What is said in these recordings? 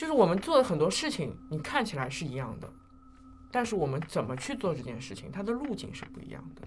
就是我们做的很多事情你看起来是一样的，但是我们怎么去做这件事情，它的路径是不一样的。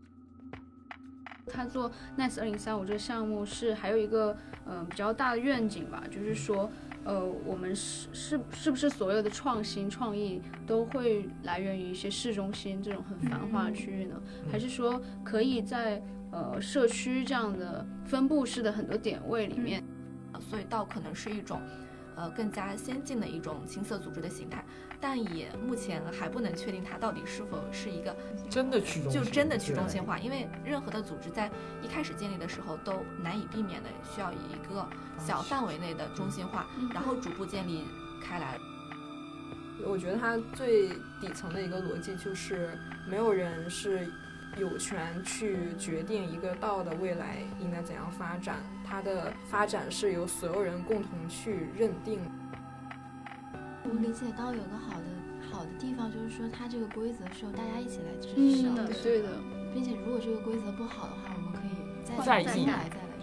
他做 NICE 2035这个项目是还有一个比较大的愿景吧，就是说我们是不是所有的创新创意都会来源于一些市中心这种很繁华的区域呢？还是说可以在社区这样的分布式的很多点位里面， 所以倒可能是一种更加先进的一种青色组织的形态，但也目前还不能确定它到底是否是一个真的去中心， 就真的去中心化，因为任何的组织在一开始建立的时候都难以避免的需要以一个小范围内的中心化，然后逐步建立开来。 我觉得它最底层的一个逻辑就是没有人是有权去决定一个道的未来应该怎样发展，它的发展是由所有人共同去认定。 我理解到有个好的地方，就是说它这个规则是由大家一起来支持的， 对的， 并且如果这个规则不好的话，我们可以再来说。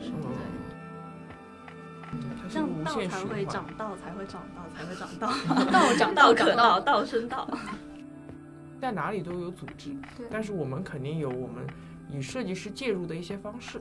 这样道才会长道，才会长道，才会长道， 道长道可道，道生道。 在哪里都有组织，但是我们肯定有我们以设计师介入的一些方式。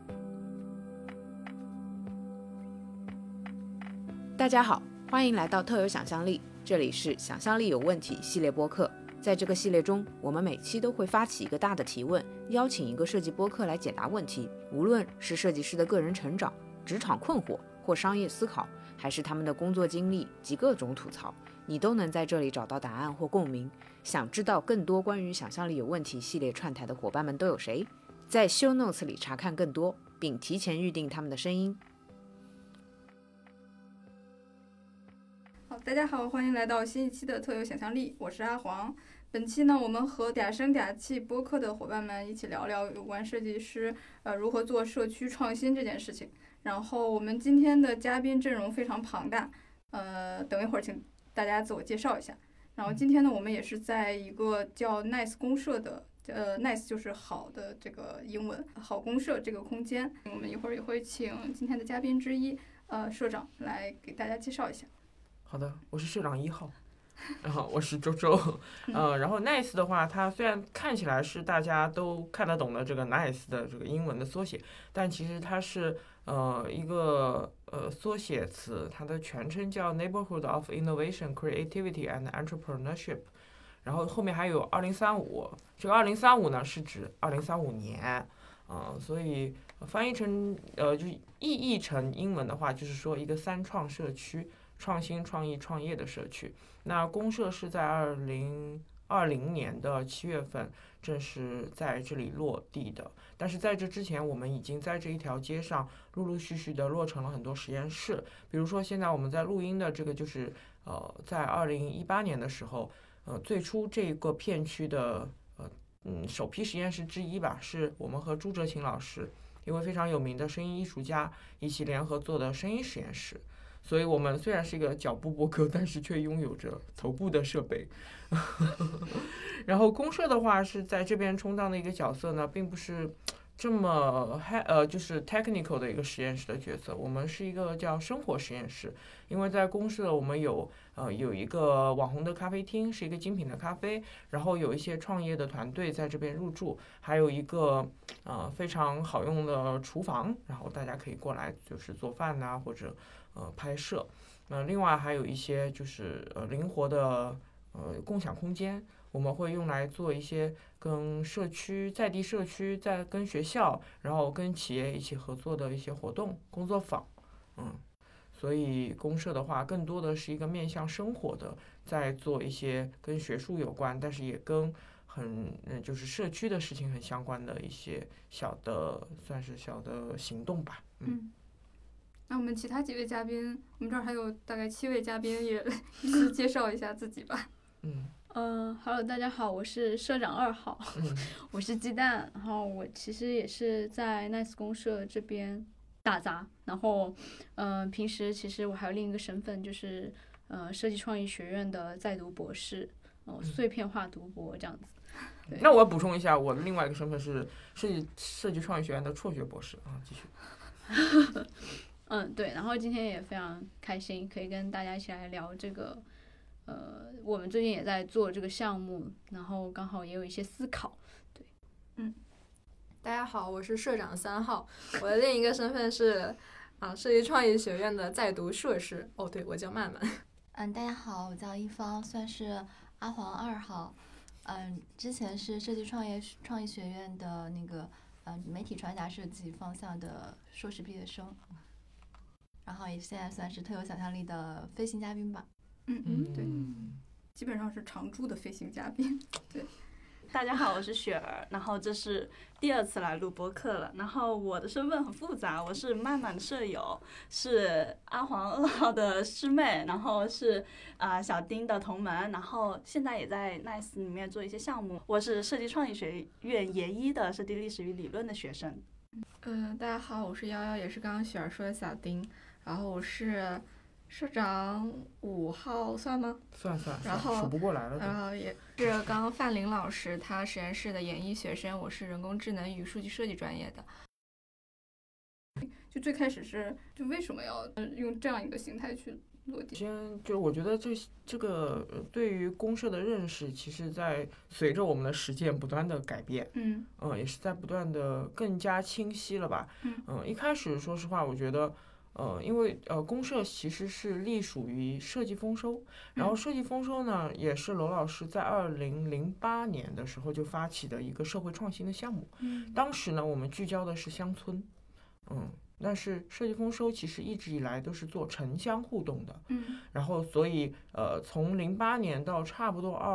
大家好，欢迎来到特有想象力，这里是想象力有问题系列播客。在这个系列中，我们每期都会发起一个大的提问，邀请一个设计播客来解答问题，无论是设计师的个人成长、职场困惑或商业思考，还是他们的工作经历及各种吐槽，你都能在这里找到答案或共鸣。想知道更多关于想象力有问题系列串台的伙伴们都有谁？在 show notes 里查看更多，并提前预定他们的声音。 好，大家好，欢迎来到新一期的特有想象力，我是阿黄。本期呢，我们和嗲声嗲气播客的伙伴们一起聊聊有关设计师如何做社区创新这件事情。然后我们今天的嘉宾阵容非常庞大，等一会儿请大家自我介绍一下。然后今天呢，我们也是在一个叫 NICE 公社的，NICE 就是好的这个英文，好公社这个空间。我们一会儿也会请今天的嘉宾之一，社长来给大家介绍一下。 好的，我是社长1号，然后我是周周，然后 NICE 的话，它虽然看起来是大家都看得懂的这个 NICE 的这个英文的缩写，但其实它是一个缩写词，它的全称叫 Neighborhood of Innovation, Creativity and Entrepreneurship， 然后后面还有2035，这个2035呢是指2035年，所以翻译成就意译成英文的话，就是说一个3创社区，创新、创意、创业的社区。那公社是在2020年的7月份正是在这里落地的，但是在这之前，我们已经在这一条街上陆陆续续的落成了很多实验室。比如说现在我们在录音的这个就是在2018年的时候，最初这个片区的首批实验室之一吧，是我们和朱哲琴老师一位非常有名的声音艺术家一起联合做的声音实验室。所以我们虽然是一个脚步播客，但是却拥有着头部的设备。然后公社的话是在这边充当的一个角色呢，并不是这么就是 technical 的一个实验室的角色，我们是一个叫生活实验室。因为在公社我们有一个网红的咖啡厅，是一个精品的咖啡，然后有一些创业的团队在这边入驻，还有一个非常好用的厨房，然后大家可以过来就是做饭呐，或者拍摄。另外还有一些就是灵活的共享空间，我们会用来做一些跟社区在地社区在跟学校然后跟企业一起合作的一些活动工作坊。所以公社的话更多的是一个面向生活的，在做一些跟学术有关但是也跟就是社区的事情很相关的一些算是小的行动吧。 那我们其他几位嘉宾，我们这儿还有大概7位嘉宾，也一起介绍一下自己吧。 Hello， 大家好，我是社长2号，我是鸡蛋，然后我其实也是在 NICE 公社这边打杂，然后平时其实我还有另一个身份，就是设计创意学院的在读博士，碎片化读博这样子。 那我要补充一下，我的另外一个身份是设计创意学院的辍学博士继续。 对，然后今天也非常开心，可以跟大家一起来聊这个，我们最近也在做这个项目，然后刚好也有一些思考，对， 大家好，我是社长3号，我的另一个身份是设计创意学院的在读硕士。哦，对，我叫曼曼。 大家好，我叫一方，算是阿黄2号。之前是设计创意学院的那个媒体传达设计方向的硕士毕业生，然后也现在算是特有想象力的飞行嘉宾吧。 对，基本上是常驻的飞行嘉宾。对。 大家好，我是雪儿，然后这是第2次来录播客了，然后我的身份很复杂，我是曼曼的舍友，是阿黄2号的师妹，然后是小丁的同门，然后现在也在 Nice 里面做一些项目。我是设计创意学院研一的设计历史与理论的学生。 大家好，我是11，也是刚刚雪儿说的小丁，然后我是社长5号，算吗？ 算， 然后数不过来了。 然后也是刚刚范林老师他实验室的研一学生，我是人工智能与数据设计专业的。 就最开始就为什么要用这样一个形态去落地？ 先就我觉得这个对于公社的认识，其实在随着我们的实践不断的改变，也是在不断的更加清晰了吧。一开始说实话，我觉得。因为公社其实是隶属于设计丰收，然后设计丰收呢，也是娄老师在2008年的时候就发起的一个社会创新的项目。当时呢，我们聚焦的是乡村，但是设计丰收其实一直以来都是做城乡互动的，然后所以从08年到差不多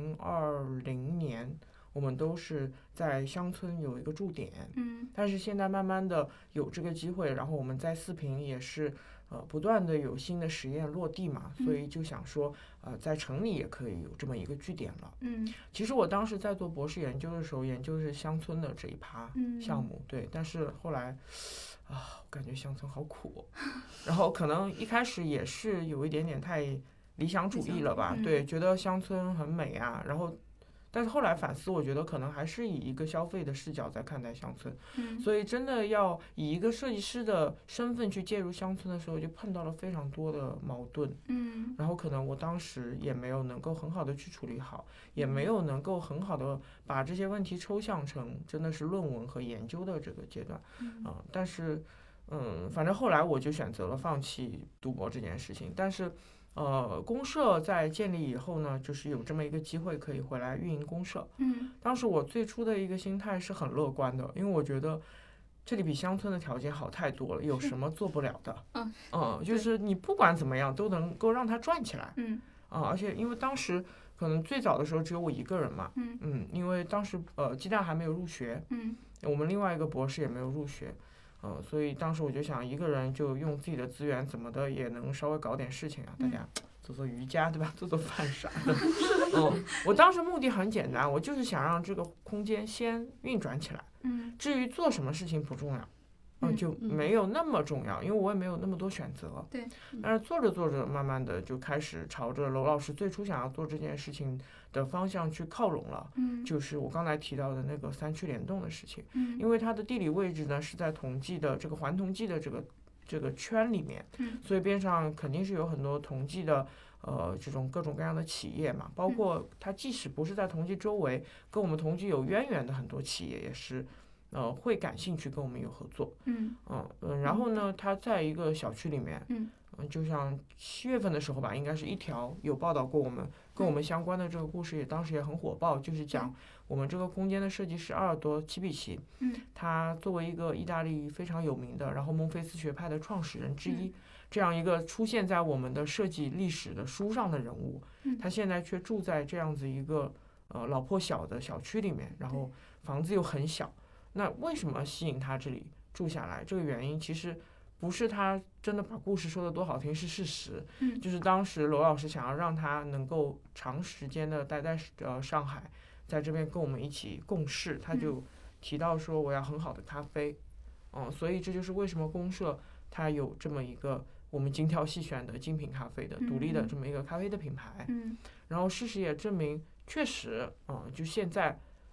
2020年。我们都是在乡村有一个驻点，但是现在慢慢的有这个机会，然后我们在四平也是不断的有新的实验落地嘛，所以就想说在城里也可以有这么一个据点了。其实我当时在做博士研究的时候，研究的是乡村的这一趴项目，对，但是后来我感觉乡村好苦，然后可能一开始也是有一点点太理想主义了吧，对，觉得乡村很美啊，然后。但是后来反思，我觉得可能还是以一个消费的视角在看待乡村，所以真的要以一个设计师的身份去介入乡村的时候，就碰到了非常多的矛盾，然后可能我当时也没有能够很好的去处理好，也没有能够很好的把这些问题抽象成真的是论文和研究的这个阶段，但是反正后来我就选择了放弃读博这件事情，但是。公社在建立以后呢，就是有这么一个机会可以回来运营公社。当时我最初的一个心态是很乐观的，因为我觉得这里比乡村的条件好太多了，有什么做不了的？就是你不管怎么样都能够让它转起来。而且因为当时可能最早的时候只有我一个人嘛，因为当时鸡蛋还没有入学，我们另外一个博士也没有入学。所以当时我就想一个人就用自己的资源怎么的也能稍微搞点事情啊，大家做做瑜伽对吧，做做饭啥的。我当时目的很简单，我就是想让这个空间先运转起来，至于做什么事情不重要，就没有那么重要，因为我也没有那么多选择。 对， 但是做着做着慢慢的就开始朝着娄老师最初想要做这件事情的方向去靠拢了，就是我刚才提到的那个3区联动的事情，因为它的地理位置呢是在同济的这个环同济的这个圈里面，所以边上肯定是有很多同济的这种各种各样的企业嘛，包括它即使不是在同济周围，跟我们同济有渊源的很多企业也是会感兴趣跟我们有合作，然后呢它在一个小区里面，就像7月份的时候吧，应该是一条有报道过我们跟我们相关的这个故事，也当时也很火爆，就是讲我们这个空间的设计师阿尔多齐比奇，他作为一个意大利非常有名的，然后孟菲斯学派的创始人之一，这样一个出现在我们的设计历史的书上的人物，他现在却住在这样子一个老破小的小区里面，然后房子又很小，那为什么吸引他这里住下来？这个原因其实不是他真的把故事说得多好听，是事实。就是当时娄老师想要让他能够长时间的待在上海，在这边跟我们一起共事，他就提到说我要很好的咖啡，所以这就是为什么公社它有这么一个我们精挑细选的精品咖啡的独立的这么一个咖啡的品牌。然后事实也证明，确实，就现在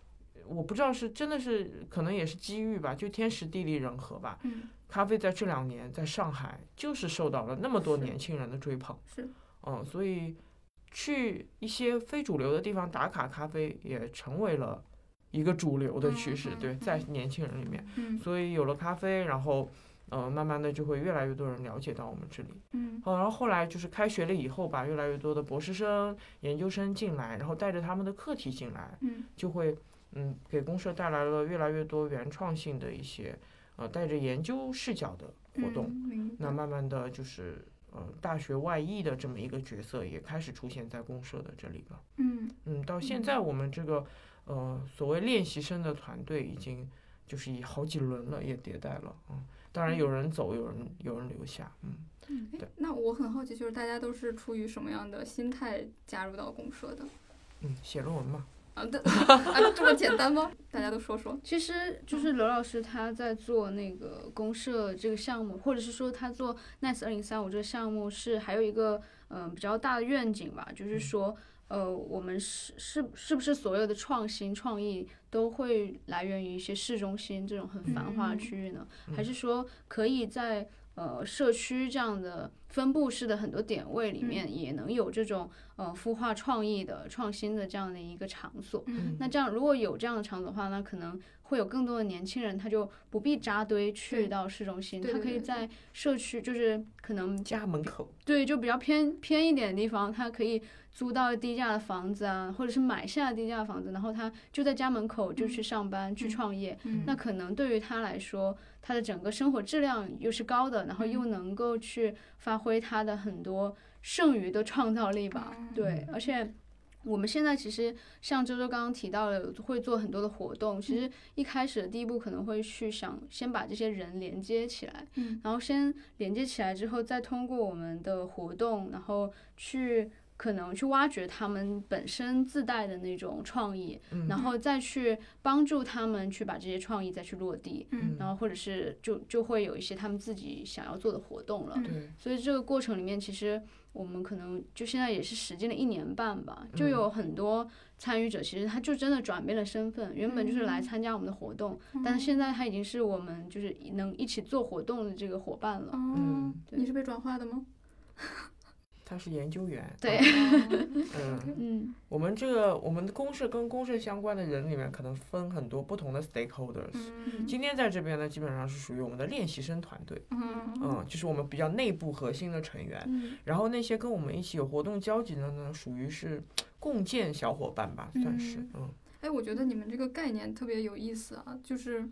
我不知道是真的是可能也是机遇吧，就天时地利人和吧。咖啡在这2年在上海就是受到了那么多年轻人的追捧。 是。 所以去一些非主流的地方打卡咖啡也成为了一个主流的趋势，对，在年轻人里面。所以有了咖啡，然后慢慢的就会越来越多人了解到我们这里。然后后来就是开学了以后吧，越来越多的博士生、研究生进来，然后带着他们的课题进来，就会给公社带来了越来越多原创性的一些带着研究视角的活动。那慢慢的就是大学外溢的这么一个角色也开始出现在公社的这里了。到现在我们这个所谓练习生的团队已经就是以好几轮了，也迭代了。当然有人走，有人留下。对。 那我很好奇，就是大家都是出于什么样的心态加入到公社的？ 写论文嘛。 这么简单吗？大家都说说。 其实就是刘老师他在做那个公社这个项目，或者是说他做 Nice 2035这个项目是还有一个比较大的愿景吧，就是说我们是不是所有的创新创意都会来源于一些市中心这种很繁华的区域呢？还是说可以在社区这样的分布式的很多点位里面也能有这种孵化创意的创新的这样的一个场所？那这样如果有这样的场所的话，那可能会有更多的年轻人他就不必扎堆去到市中心，他可以在社区，就是可能家门口， 对，就比较偏一点的地方，他可以租到低价的房子啊，或者是买下低价的房子，然后他就在家门口就去上班去创业。那可能对于他来说，他的整个生活质量又是高的，然后又能够去发挥他的很多剩余的创造力吧。对，而且我们现在其实像周周刚刚提到的，会做很多的活动。其实一开始的第一步可能会去想先把这些人连接起来，然后先连接起来之后，再通过我们的活动，然后可能去挖掘他们本身自带的那种创意，然后再去帮助他们去把这些创意再去落地，然后或者是就会有一些他们自己想要做的活动了。所以这个过程里面，其实我们可能就现在也是实践了1年半吧，就有很多参与者，其实他就真的转变了身份，原本就是来参加我们的活动，但是现在他已经是我们就是能一起做活动的这个伙伴了。 你是被转化的吗？ 他是研究员。 对。 我们的公社跟公社相关的人里面可能分很多不同的 stakeholders。今天在这边呢，基本上是属于我们的练习生团队。就是我们比较内部核心的成员。然后那些跟我们一起有活动交集的呢，属于是共建小伙伴吧，算是。 我觉得你们这个概念特别有意思啊，就是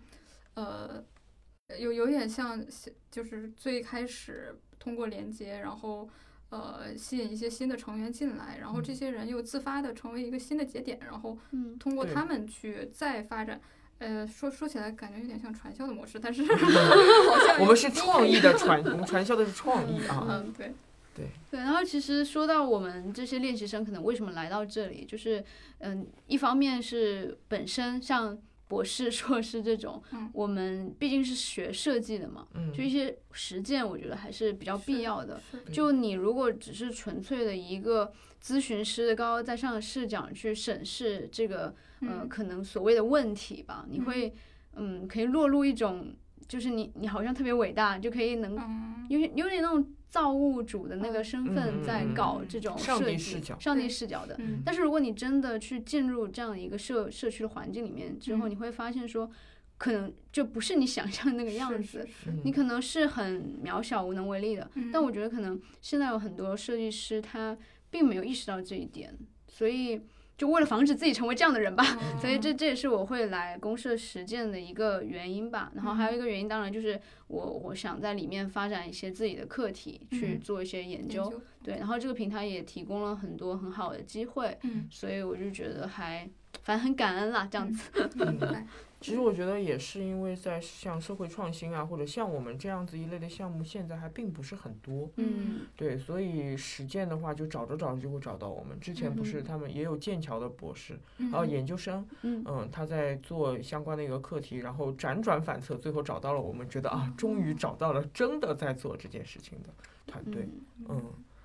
有点像，就是最开始通过连接，然后吸引一些新的成员进来，然后这些人又自发的成为一个新的节点，然后通过他们去再发展。说起来感觉有点像传销的模式，但是好像我们是创意的我们传销的是创意啊。 对，然后其实说到我们这些练习生可能为什么来到这里，就是一方面是本身像博士、硕士这种，我们毕竟是学设计的嘛，就一些实践我觉得还是比较必要的。就你如果只是纯粹的一个咨询师的高高在上的视角去审视这个可能所谓的问题吧，你会可以落入一种就是你好像特别伟大，就可以有点那种造物主的那个身份在搞这种设计，上帝视角的。但是如果你真的去进入这样一个社区的环境里面之后，你会发现说，可能就不是你想象的那个样子，你可能是很渺小无能为力的。但我觉得可能现在有很多设计师他并没有意识到这一点，所以就为了防止自己成为这样的人吧，所以这也是我会来公社实践的一个原因吧。然后还有一个原因，当然就是我想在里面发展一些自己的课题，去做一些研究。对，然后这个平台也提供了很多很好的机会，所以我就觉得反正很感恩啦，这样子。 其实我觉得也是因为在像社会创新啊，或者像我们这样子一类的项目，现在还并不是很多。对，所以实践的话就找着就会找到我们。之前不是他们也有剑桥的博士，还有研究生，他在做相关的一个课题，然后辗转反侧，最后找到了我们，觉得终于找到了真的在做这件事情的团队。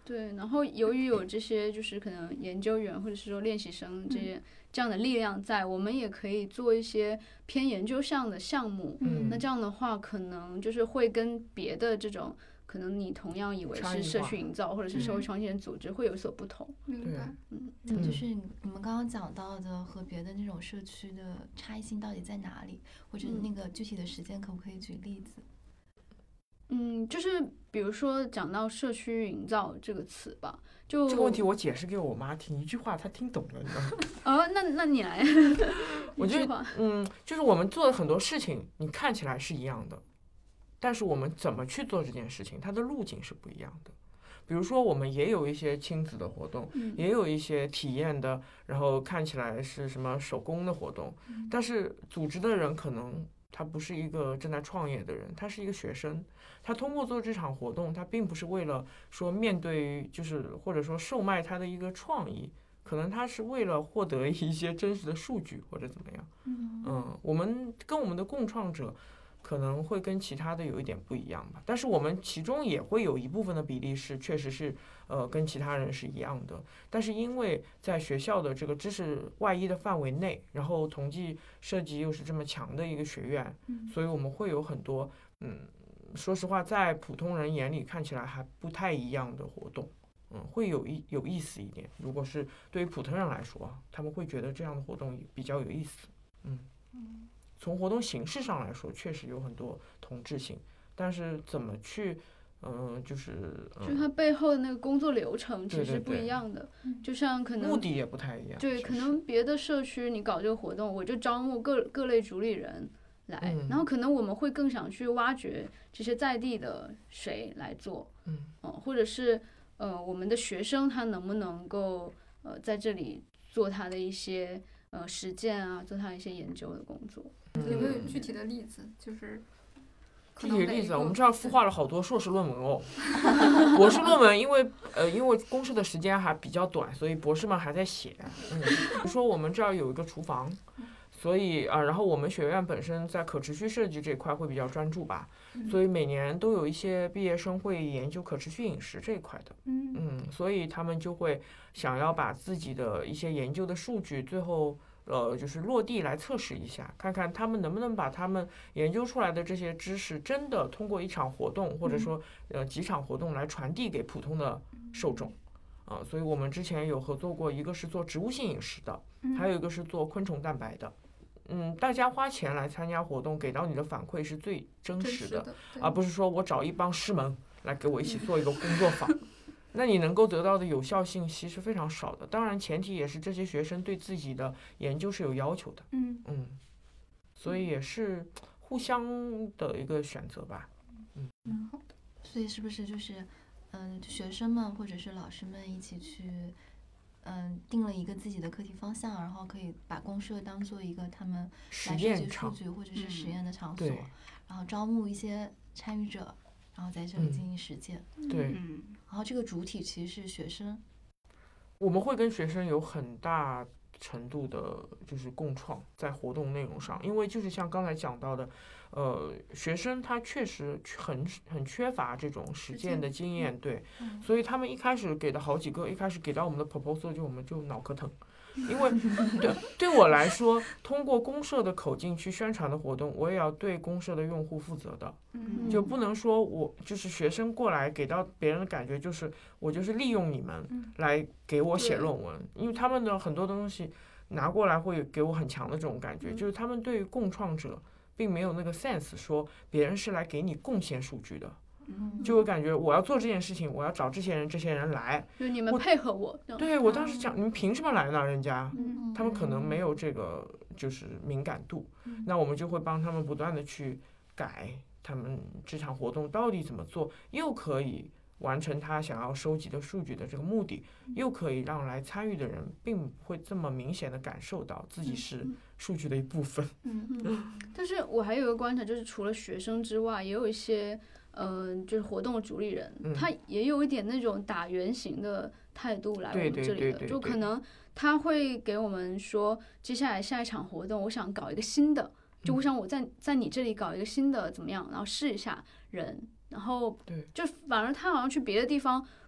对，然后由于有这些就是可能研究员或者是说练习生这样的力量在，我们也可以做一些偏研究项的项目。那这样的话，可能就是会跟别的这种可能你同样以为是社区营造或者是社会创新的组织会有所不同。 明白。 就是你们刚刚讲到的和别的那种社区的差异性到底在哪里，或者那个具体的实践可不可以举例子？ 就是比如说讲到社区营造这个词吧，就这个问题我解释给我妈听，一句话她听懂了，你知道吗？ 那你来。 我觉得就是我们做的很多事情，你看起来是一样的，但是我们怎么去做这件事情，它的路径是不一样的。比如说我们也有一些亲子的活动，也有一些体验的，然后看起来是什么手工的活动，但是组织的人可能他不是一个正在创业的人，他是一个学生，他通过做这场活动，他并不是为了说面对就是或者说售卖他的一个创意，可能他是为了获得一些真实的数据或者怎么样。我们跟我们的共创者可能会跟其他的有一点不一样吧，但是我们其中也会有一部分的比例是确实是跟其他人是一样的，但是因为在学校的这个知识外衣的范围内，然后统计设计又是这么强的一个学院，所以我们会有很多说实话在普通人眼里看起来还不太一样的活动，会有意思一点。如果是对于普通人来说，他们会觉得这样的活动比较有意思。从活动形式上来说，确实有很多同质性，但是怎么去，就是它背后的那个工作流程其实是不一样的。就像可能目的也不太一样。 对，可能别的社区你搞这个活动，我就招募各类主理人来，然后可能我们会更想去挖掘这些在地的谁来做，或者是我们的学生他能不能够在这里做他的一些实践啊，做他一些研究的工作。 有没有具体的例子？就是具体的例子，我们这儿孵化了好多硕士论文哦。博士论文因为公示的时间还比较短，所以博士们还在写。比如说我们这儿有一个厨房，所以然后我们学院本身在可持续设计这一块会比较专注吧，所以每年都有一些毕业生会研究可持续饮食这一块的。所以他们就会想要把自己的一些研究的数据最后就是落地来测试一下，看看他们能不能把他们研究出来的这些知识真的通过一场活动或者说几场活动来传递给普通的受众。所以我们之前有合作过，一个是做植物性饮食的，还有一个是做昆虫蛋白的。大家花钱来参加活动，给到你的反馈是最真实的，而不是说我找一帮师门来给我一起做一个工作坊。那你能够得到的有效信息是非常少的，当然前提也是这些学生对自己的研究是有要求的。所以也是互相的一个选择吧。 好的。 所以是不是就是学生们或者是老师们一起去定了一个自己的课题方向，然后可以把公社当做一个他们来收集数据或者是实验的场所，然后招募一些参与者，然后在这里进行实践。 对， 然后这个主体其实是学生。 我们会跟学生有很大程度的就是共创在活动内容上，因为就是像刚才讲到的，学生他确实很缺乏这种实践的经验，对，所以他们一开始给的好几个，一开始给到我们的 proposal 我们就脑壳疼。因为对我来说，通过公社的口径去宣传的活动，我也要对公社的用户负责的，就不能说我就是学生过来给到别人的感觉就是我就是利用你们来给我写论文，因为他们的很多东西拿过来会给我很强的这种感觉，就是他们对于共创者并没有那个 sense 说别人是来给你贡献数据的。就会感觉我要做这件事情，我要找这些人来， 就你们配合我。 对，我当时讲，你们凭什么来呢？人家，他们可能没有这个就是敏感度，那我们就会帮他们不断的去改他们这场活动到底怎么做，又可以完成他想要收集的数据的这个目的，又可以让来参与的人并不会这么明显的感受到自己是数据的一部分。 但是我还有一个观察，就是除了学生之外，也有一些就是活动的主理人，他也有一点那种打圆形的态度来我们这里的，就可能他会给我们说，接下来下一场活动，我想搞一个新的，就我想我在你这里搞一个新的怎么样，然后试一下人，然后就反而他好像去别的地方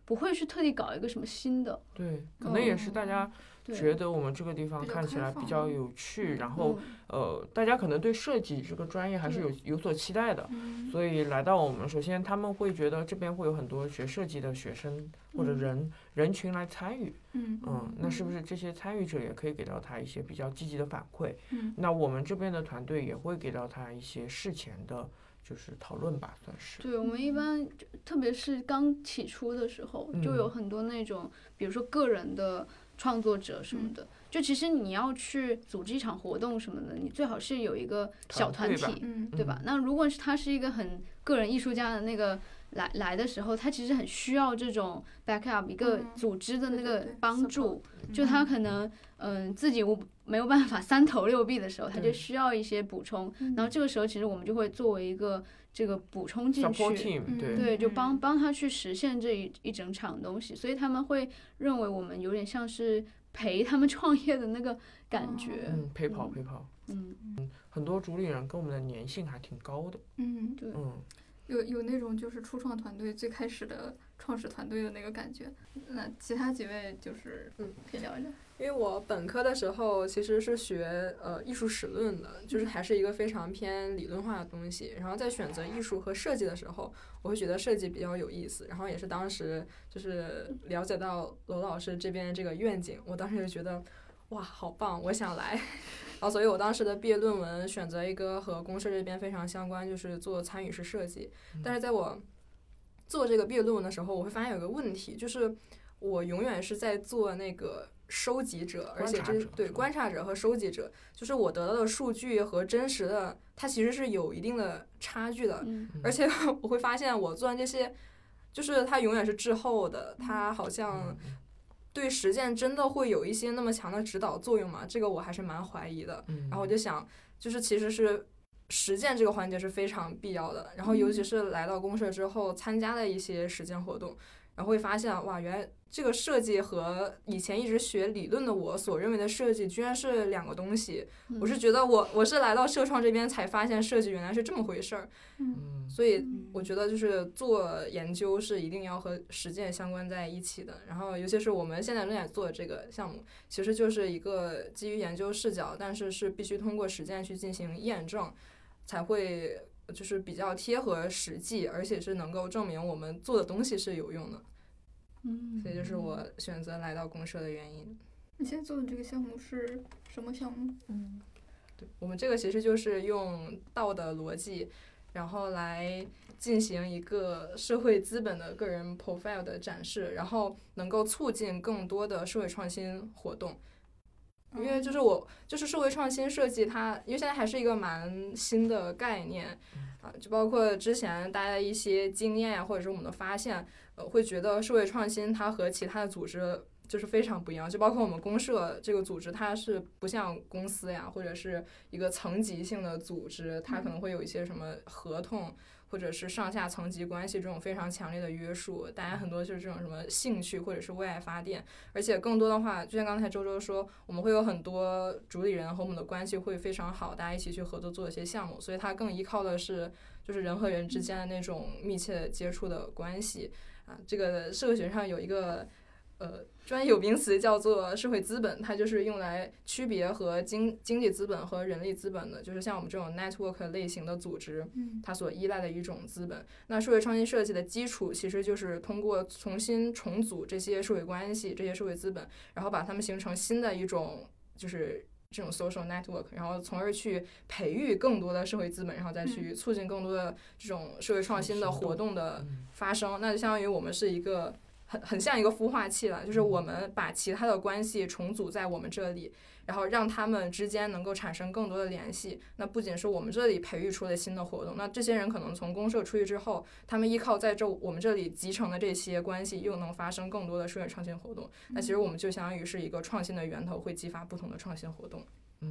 不会去特地搞一个什么新的。 对，可能也是大家觉得我们这个地方看起来比较有趣，然后大家可能对设计这个专业还是有所期待的，所以来到我们，首先他们会觉得这边会有很多学设计的学生或者人群来参与，那是不是这些参与者也可以给到他一些比较积极的反馈？那我们这边的团队也会给到他一些事前的。就是讨论吧，算是。 对，我们一般，特别是刚起初的时候，就有很多那种，比如说个人的创作者什么的。就其实你要去组织一场活动什么的，你最好是有一个小团体，对吧？那如果是他是一个很个人艺术家的那个来的时候，他其实很需要这种 backup 一个组织的那个帮助，就他可能自己没有办法三头六臂的时候，他就需要一些补充，然后这个时候其实我们就会作为一个这个补充进去，对，就帮他去实现这一整场东西，所以他们会认为我们有点像是陪他们创业的那个感觉， 陪跑，很多主理人跟我们的粘性还挺高的， 对， 有那种就是初创团队最开始的创始团队的那个感觉。那其他几位就是可以聊一聊。 因为我本科的时候其实是学艺术史论的，就是还是一个非常偏理论化的东西。然后在选择艺术和设计的时候，我会觉得设计比较有意思。然后也是当时就是了解到罗老师这边这个愿景，我当时就觉得哇，好棒，我想来。然后所以我当时的毕业论文选择一个和公社这边非常相关，就是做参与式设计。但是在我做这个毕业论文的时候，我会发现有个问题，就是我永远是在做那个收集者，而且观察者和收集者，就是我得到的数据和真实的它其实是有一定的差距的，而且我会发现我做的这些就是它永远是滞后的，它好像对实践真的会有一些那么强的指导作用吗？这个我还是蛮怀疑的。然后我就想，就是其实是实践这个环节是非常必要的，然后尤其是来到公社之后参加了一些实践活动，然后会发现哇，原来这个设计和以前一直学理论的我所认为的设计居然是两个东西。我是觉得我是来到社创这边才发现设计原来是这么回事儿。所以我觉得就是做研究是一定要和实践相关在一起的。然后尤其是我们现在正在做的这个项目，其实就是一个基于研究视角，但是必须通过实践去进行验证，才会就是比较贴合实际，而且是能够证明我们做的东西是有用的。所以就是我选择来到公社的原因。 你现在做的这个项目是什么项目？ 对，我们这个其实就是用道的逻辑，然后来进行一个社会资本的个人 profile 的展示，然后能够促进更多的社会创新活动。因为就是社会创新设计它，因为现在还是一个蛮新的概念就包括之前大家的一些经验或者是我们的发现，会觉得社会创新它和其他的组织就是非常不一样，就包括我们公社这个组织，它是不像公司呀或者是一个层级性的组织，它可能会有一些什么合同或者是上下层级关系这种非常强烈的约束，大家很多就是这种什么兴趣或者是为爱发电，而且更多的话就像刚才周周说，我们会有很多主理人和我们的关系会非常好，大家一起去合作做一些项目，所以它更依靠的是就是人和人之间的那种密切接触的关系这个社会学上有一个专有名词叫做社会资本，它就是用来区别和经济资本和人力资本的，就是像我们这种 network 类型的组织它所依赖的一种资本。那社会创新设计的基础其实就是通过重新重组这些社会关系，这些社会资本，然后把它们形成新的一种就是这种 social network， 然后从而去培育更多的社会资本，然后再去促进更多的这种社会创新的活动的发生。那就相当于我们是一个很像一个孵化器了，就是我们把其他的关系重组在我们这里，然后让他们之间能够产生更多的联系。那不仅是我们这里培育出了新的活动，那这些人可能从公社出去之后，他们依靠在我们这里集成的这些关系，又能发生更多的社会创新活动。那其实我们就相当于是一个创新的源头，会激发不同的创新活动。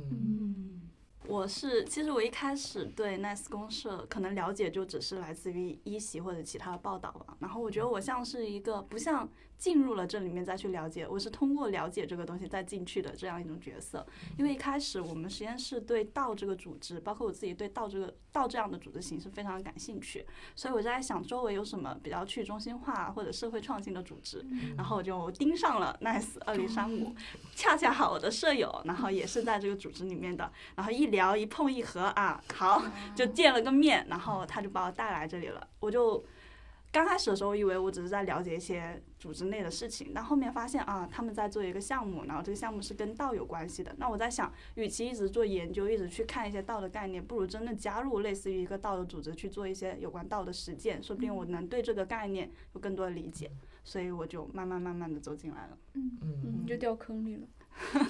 其实我一开始对 Nice 公社可能了解就只是来自于一席或者其他的报道吧，然后我觉得我像是一个不像进入了这里面再去了解，我是通过了解这个东西再进去的这样一种角色。因为一开始我们实验室对道这个组织，包括我自己对道这样的组织形式非常感兴趣，所以我在想周围有什么比较去中心化或者社会创新的组织，然后我就盯上了 NICE 2035，恰恰好我的舍友，然后也是在这个组织里面的，然后一聊一碰一合啊，好就见了个面，然后他就把我带来这里了。我就刚开始的时候以为我只是在了解一些组织内的事情，但后面发现啊，他们在做一个项目，然后这个项目是跟道有关系的。那我在想，与其一直做研究，一直去看一些道的概念，不如真的加入类似于一个道的组织去做一些有关道的实践，说不定我能对这个概念有更多的理解。所以我就慢慢的走进来了。 你就掉坑里了。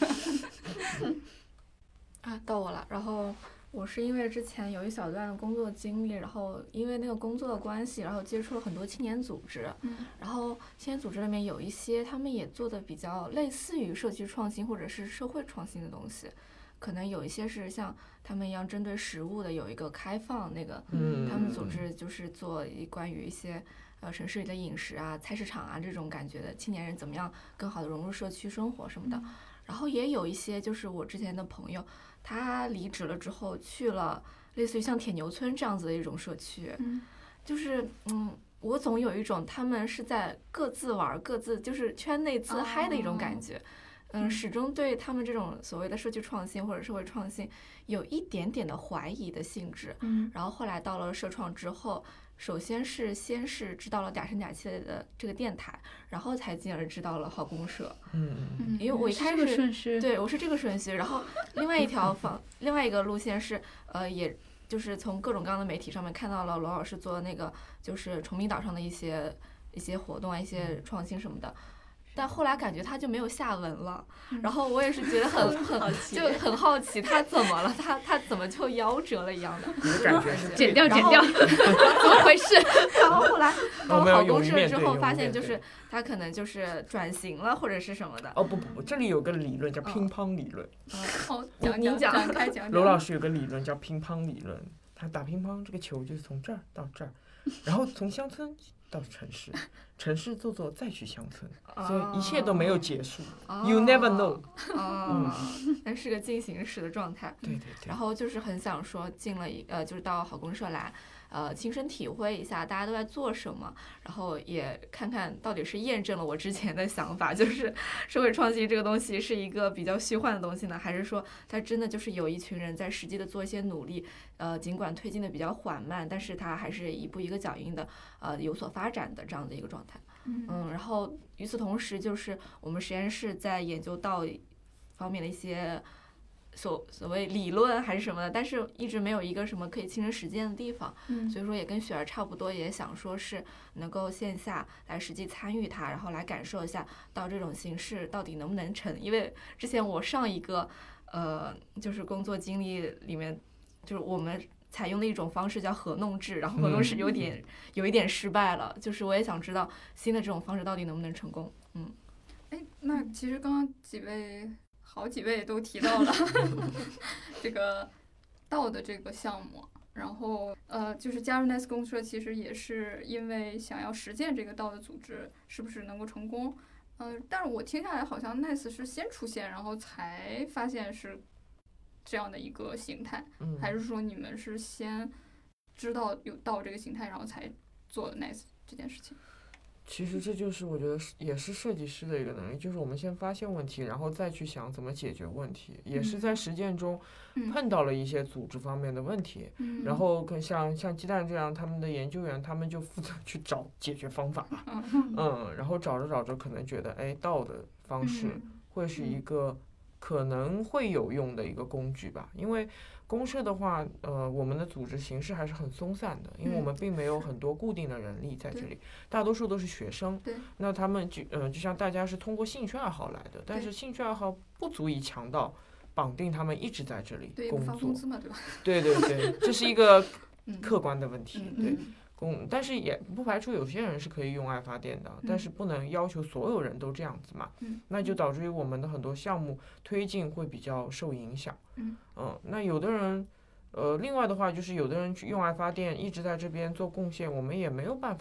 啊，到我了。然后我是因为之前有一小段的工作经历，然后因为那个工作的关系，然后接触了很多青年组织，然后青年组织里面有一些他们也做的比较类似于社区创新或者是社会创新的东西，可能有一些是像他们一样针对食物的，有一个开放那个，他们组织就是做关于一些城市里的饮食啊、菜市场啊这种感觉的青年人怎么样更好的融入社区生活什么的。然后也有一些就是我之前的朋友，他离职了之后去了类似于像铁牛村这样子的一种社区，就是我总有一种他们是在各自玩各自就是圈内自嗨的一种感觉。始终对他们这种所谓的社区创新或者社会创新有一点点的怀疑的性质。然后后来到了社创之后，先是知道了嗲声嗲气的这个电台，然后才进而知道了好公社。因为我一开始对我是这个顺序，然后另外一个路线是也就是从各种各样的媒体上面看到了罗老师做那个就是崇明岛上的一些活动啊、一些创新什么的。但后来感觉他就没有下文了，然后我也是觉得很好奇他怎么了，他怎么就夭折了一样的， 剪掉，怎么回事？ 然后后来到了好公社之后，发现就是他可能就是转型了或者是什么的。 不，这里有个理论叫乒乓理论。 展开讲。 罗老师有个理论叫乒乓理论，他打乒乓这个球就是从这儿到这儿，然后从乡村到城市，城市做再去乡村，所以一切都没有结束。You never know。 那是个进行时的状态。 对。 然后就是很想说进了就是到好公社来，亲身体会一下大家都在做什么，然后也看看到底是验证了我之前的想法，就是社会创新这个东西是一个比较虚幻的东西呢，还是说它真的就是有一群人在实际的做一些努力，尽管推进的比较缓慢，但是它还是一步一个脚印的有所发展的这样的一个状态。然后与此同时，就是我们实验室在研究道方面的一些所谓理论还是什么的，但是一直没有一个什么可以亲身实践的地方。所以说也跟雪儿差不多，也想说是能够线下来实际参与它，然后来感受一下到这种形式到底能不能成。因为之前我上一个就是工作经历里面，就是我们采用的一种方式叫合弄制，然后合弄制有一点失败了，就是我也想知道新的这种方式到底能不能成功。 那其实刚刚好几位都提到了这个道的这个项目，然后就是加入 NICE 公社其实也是因为想要实践这个道的组织是不是能够成功。但是我听下来好像 NICE 是先出现，然后才发现是这样的一个形态，还是说你们是先知道有道这个形态，然后才做 NICE 这件事情？ 其实这就是我觉得也是设计师的一个能力，就是我们先发现问题，然后再去想怎么解决问题，也是在实践中碰到了一些组织方面的问题，然后像鸡蛋这样他们的研究员，他们就负责去找解决方法，然后找着可能觉得道的方式会是一个可能会有用的一个工具吧。因为公社的话我们的组织形式还是很松散的，因为我们并没有很多固定的人力在这里，大多数都是学生，那他们就像大家是通过兴趣爱好来的，但是兴趣爱好不足以强到绑定他们一直在这里工作，对，这是一个客观的问题，对。但是也不排除有些人是可以用爱发电的，但是不能要求所有人都这样子嘛，那就导致于我们的很多项目推进会比较受影响。那有的人另外的话就是有的人去用爱发电一直在这边做贡献，我们也没有办法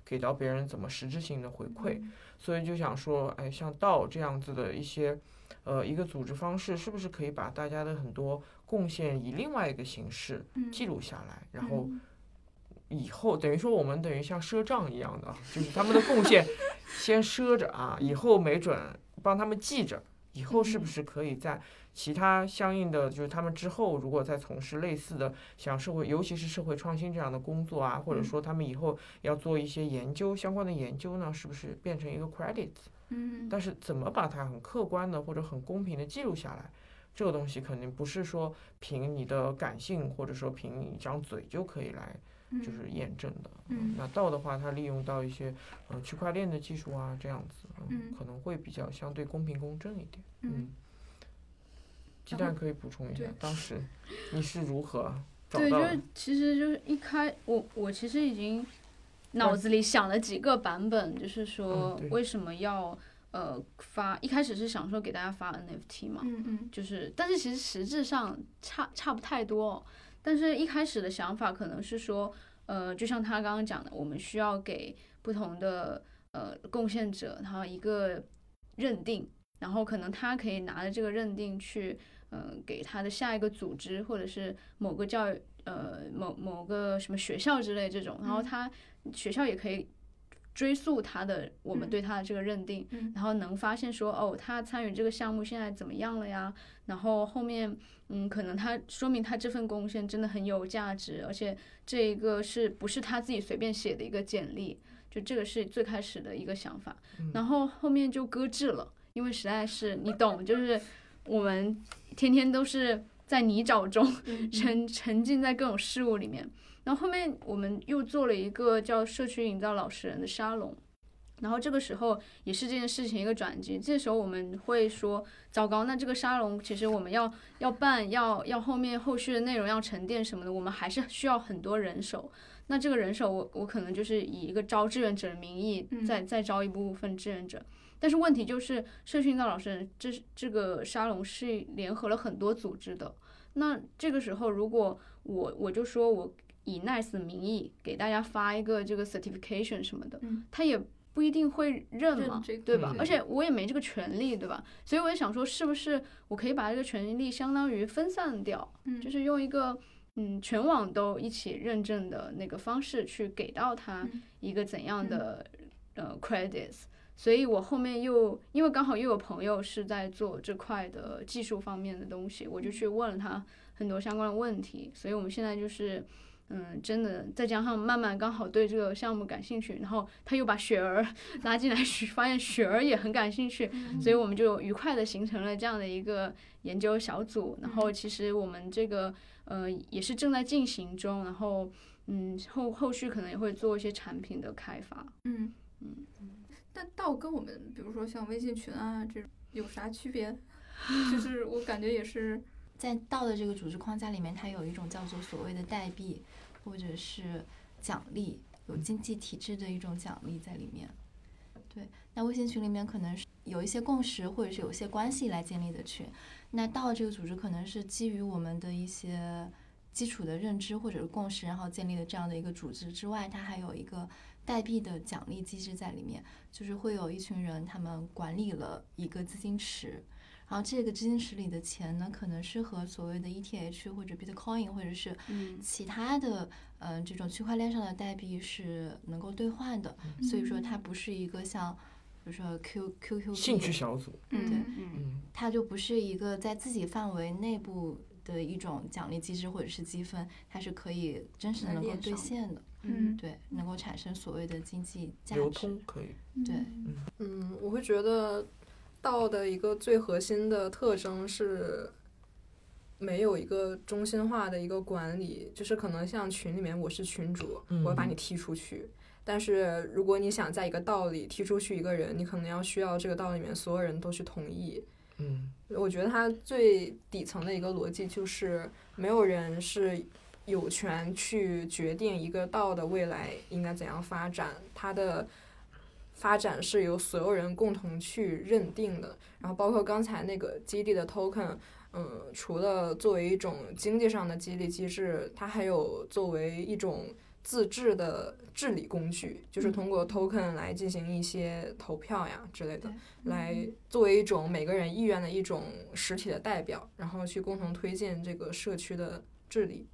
给到别人怎么实质性的回馈。所以就想说，哎，像道这样子的一些一个组织方式，是不是可以把大家的很多贡献以另外一个形式记录下来，然后以后等于说我们等于像赊账一样的，就是他们的贡献先赊着啊，以后没准帮他们记着，以后是不是可以在其他相应的，就是他们之后如果再从事类似的像社会，尤其是社会创新这样的工作啊，或者说他们以后要做一些研究相关的研究呢，是不是变成一个 credits？但是怎么把它很客观的或者很公平的记录下来，这个东西肯定不是说凭你的感性或者说凭你一张嘴就可以来就是验证的。那道的话，它利用到一些区块链的技术啊，这样子，可能会比较相对公平公正一点。鸡蛋可以补充一下，当时你是如何找到的？ 对，就是其实就是我其实已经脑子里想了几个版本，就是说为什么要发，一开始是想说给大家发 NFT 嘛，就是但是其实实质上差不太多，但是一开始的想法可能是说就像他刚刚讲的，我们需要给不同的贡献者然后一个认定，然后可能他可以拿着这个认定去给他的下一个组织或者是某个教育某个什么学校之类这种，然后他学校也可以追溯我们对他的这个认定，然后能发现说他参与这个项目现在怎么样了呀，然后后面可能他说明他这份贡献真的很有价值，而且这一个是不是他自己随便写的一个简历，就这个是最开始的一个想法，然后后面就搁置了，因为实在是你懂，就是我们天天都是在泥沼中沉浸在各种事物里面。然后后面我们又做了一个叫社区营造老实人的沙龙，然后这个时候也是这件事情一个转机。这时候我们会说，糟糕，那这个沙龙其实我们要办，要后续的内容要沉淀什么的，我们还是需要很多人手。那这个人手我可能就是以一个招志愿者的名义再招一部分志愿者。但是问题就是社区营造老实人这个沙龙是联合了很多组织的，那这个时候如果我就说我以 Nice 的名义给大家发一个这个 certification 什么的，他也不一定会认嘛，对吧？而且我也没这个权利，对吧？所以我也想说，是不是我可以把这个权利相当于分散掉，就是用一个全网都一起认证的那个方式去给到他一个怎样的credits。所以我后面因为刚好又有朋友是在做这块的技术方面的东西，我就去问了他很多相关的问题。所以我们现在就是真的再加上慢慢刚好对这个项目感兴趣，然后他又把雪儿拉进来，发现雪儿也很感兴趣，所以我们就愉快的形成了这样的一个研究小组。然后其实我们这个也是正在进行中，然后后续可能也会做一些产品的开发。 但道跟我们比如说像微信群啊这种有啥区别？就是我感觉也是在道的这个组织框架里面，它有一种叫做所谓的代币或者是奖励，有经济体制的一种奖励在里面。对，那微信群里面可能是有一些共识或者是有一些关系来建立的群，那道这个组织可能是基于我们的一些基础的认知或者是共识，然后建立了这样的一个组织之外，它还有一个代币的奖励机制在里面，就是会有一群人他们管理了一个资金池，然后这个资金池里的钱呢，可能是和所谓的 ETH 或者 Bitcoin 或者是其他的这种区块链上的代币是能够兑换的，所以说它不是一个像比如说 QQ 兴趣小组， 对，它就不是一个在自己范围内部的一种奖励机制或者是积分，它是可以真实的能够兑现的。对，能够产生所谓的经济价值， 流通可以。 对， 我会觉得道的一个最核心的特征是没有一个中心化的一个管理，就是可能像群里面我是群主，我要把你踢出去，但是如果你想在一个道里踢出去一个人，你可能需要这个道里面所有人都去同意。我觉得它最底层的一个逻辑就是没有人是有权去决定一个道的未来应该怎样发展，它的发展是由所有人共同去认定的。然后包括刚才那个激励的 token，除了作为一种经济上的激励机制，它还有作为一种自治的治理工具，就是通过 token 来进行一些投票呀之类的，来作为一种每个人意愿的一种实体的代表，然后去共同推进这个社区的治理。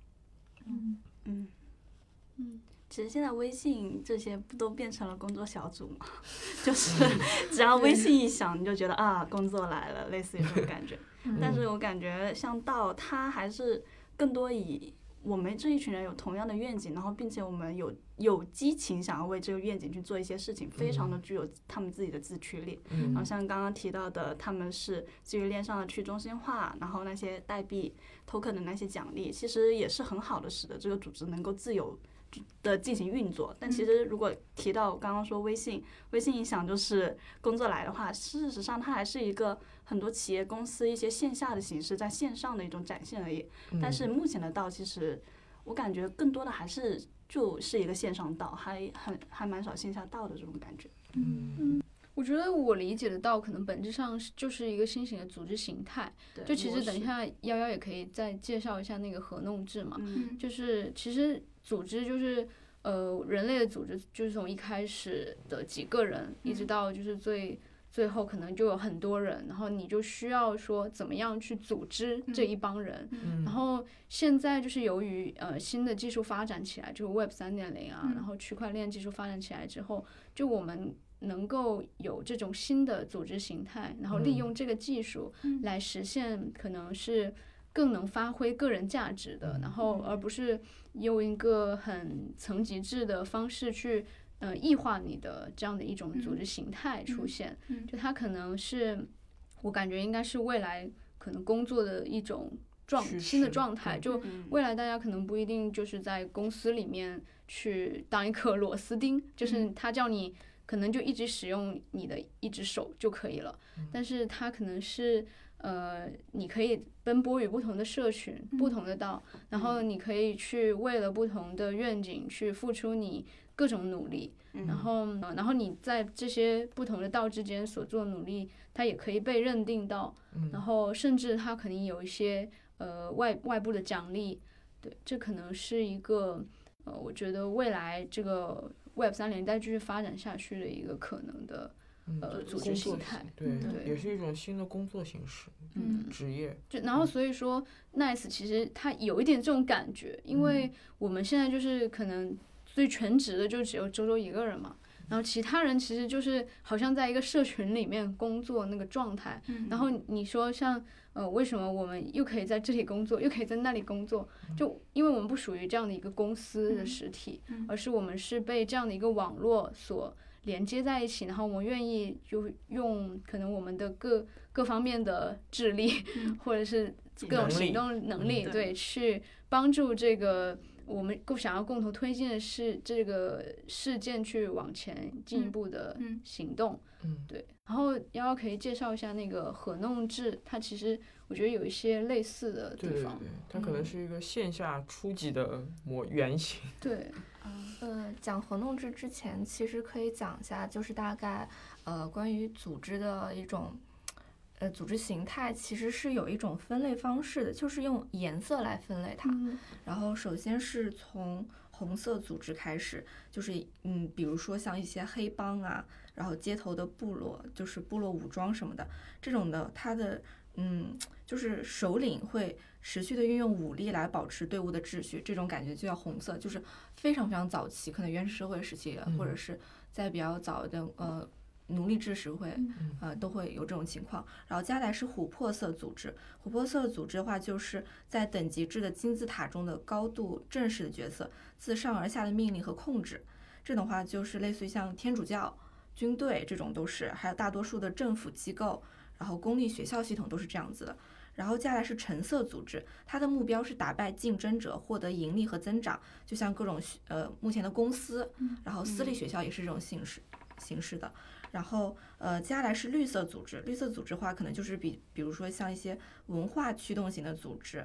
其实现在微信这些不都变成了工作小组吗？就是只要微信一响，你就觉得啊，工作来了，类似于这种感觉。但是我感觉像道，它还是更多以我们这一群人有同样的愿景，然后并且我们有激情想要为这个愿景去做一些事情，非常的具有他们自己的自驱力。然后像刚刚提到的，他们是基于链上的去中心化，然后那些代币 token 的那些奖励，其实也是很好的，使得这个组织能够自由的进行运作。但其实如果提到刚刚说微信一响就是工作来的话，事实上它还是一个很多企业公司一些线下的形式在线上的一种展现而已。但是目前的道，其实我感觉更多的还是就是一个线上道，还蛮少线下道的这种感觉。 我觉得我理解的道可能本质上就是一个新型的组织形态。就其实等一下11也可以再介绍一下那个合弄制嘛。就是其实组织就是人类的组织就是从一开始的几个人一直到就是最后可能就有很多人，然后你就需要说怎么样去组织这一帮人。然后现在就是由于新的技术发展起来，就是 Web 3.0啊，然后区块链技术发展起来之后，就我们能够有这种新的组织形态，然后利用这个技术来实现可能是更能发挥个人价值的，然后而不是用一个很层级制的方式去异化你的这样的一种组织形态出现。就它可能是我感觉应该是未来可能工作的一种新的状态。就未来大家可能不一定就是在公司里面去当一颗螺丝钉，就是他叫你可能就一直使用你的一只手就可以了，但是它可能是你可以奔波于不同的社群、不同的道，然后你可以去为了不同的愿景去付出你各种努力，然后你在这些不同的道之间所做努力，它也可以被认定到，然后甚至它肯定有一些外部的奖励。对，这可能是一个我觉得未来这个Web 3.0再继续发展下去的一个可能的组织形态。 对，也是一种新的工作形式，职业。 然后所以说 Nice 其实它有一点这种感觉，因为我们现在就是可能最全职的就只有周周一个人嘛，然后其他人其实就是好像在一个社群里面工作那个状态。然后你说像为什么我们又可以在这里工作，又可以在那里工作？就因为我们不属于这样的一个公司的实体，而是我们是被这样的一个网络所连接在一起，然后我们愿意就用可能我们的各方面的智力，或者是各种行动能力，对，去帮助这个我们想要共同推进的这个事件去往前进一步的行动。对。然后11可以介绍一下那个合弄制，它其实我觉得有一些类似的地方。 对，它可能是一个线下初级的原型。 对。 讲合弄制之前，其实可以讲一下，就是大概关于组织的一种组织形态，其实是有一种分类方式的，就是用颜色来分类它。然后首先是从红色组织开始，就是比如说像一些黑帮啊，然后街头的部落，就是部落武装什么的，这种的它的就是首领会持续的运用武力来保持队伍的秩序，这种感觉就叫红色，就是非常非常早期，可能原始社会时期，或者是在比较早的奴隶制时会都会有这种情况。然后接下来是琥珀色组织，琥珀色组织的话，就是在等级制的金字塔中的高度正式的角色，自上而下的命令和控制。这种话就是类似于像天主教、军队这种都是，还有大多数的政府机构，然后公立学校系统都是这样子的。然后接下来是橙色组织，它的目标是打败竞争者，获得盈利和增长，就像各种目前的公司，然后私立学校也是这种形式的。然后接下来是绿色组织，绿色组织的话可能就是比如说像一些文化驱动型的组织，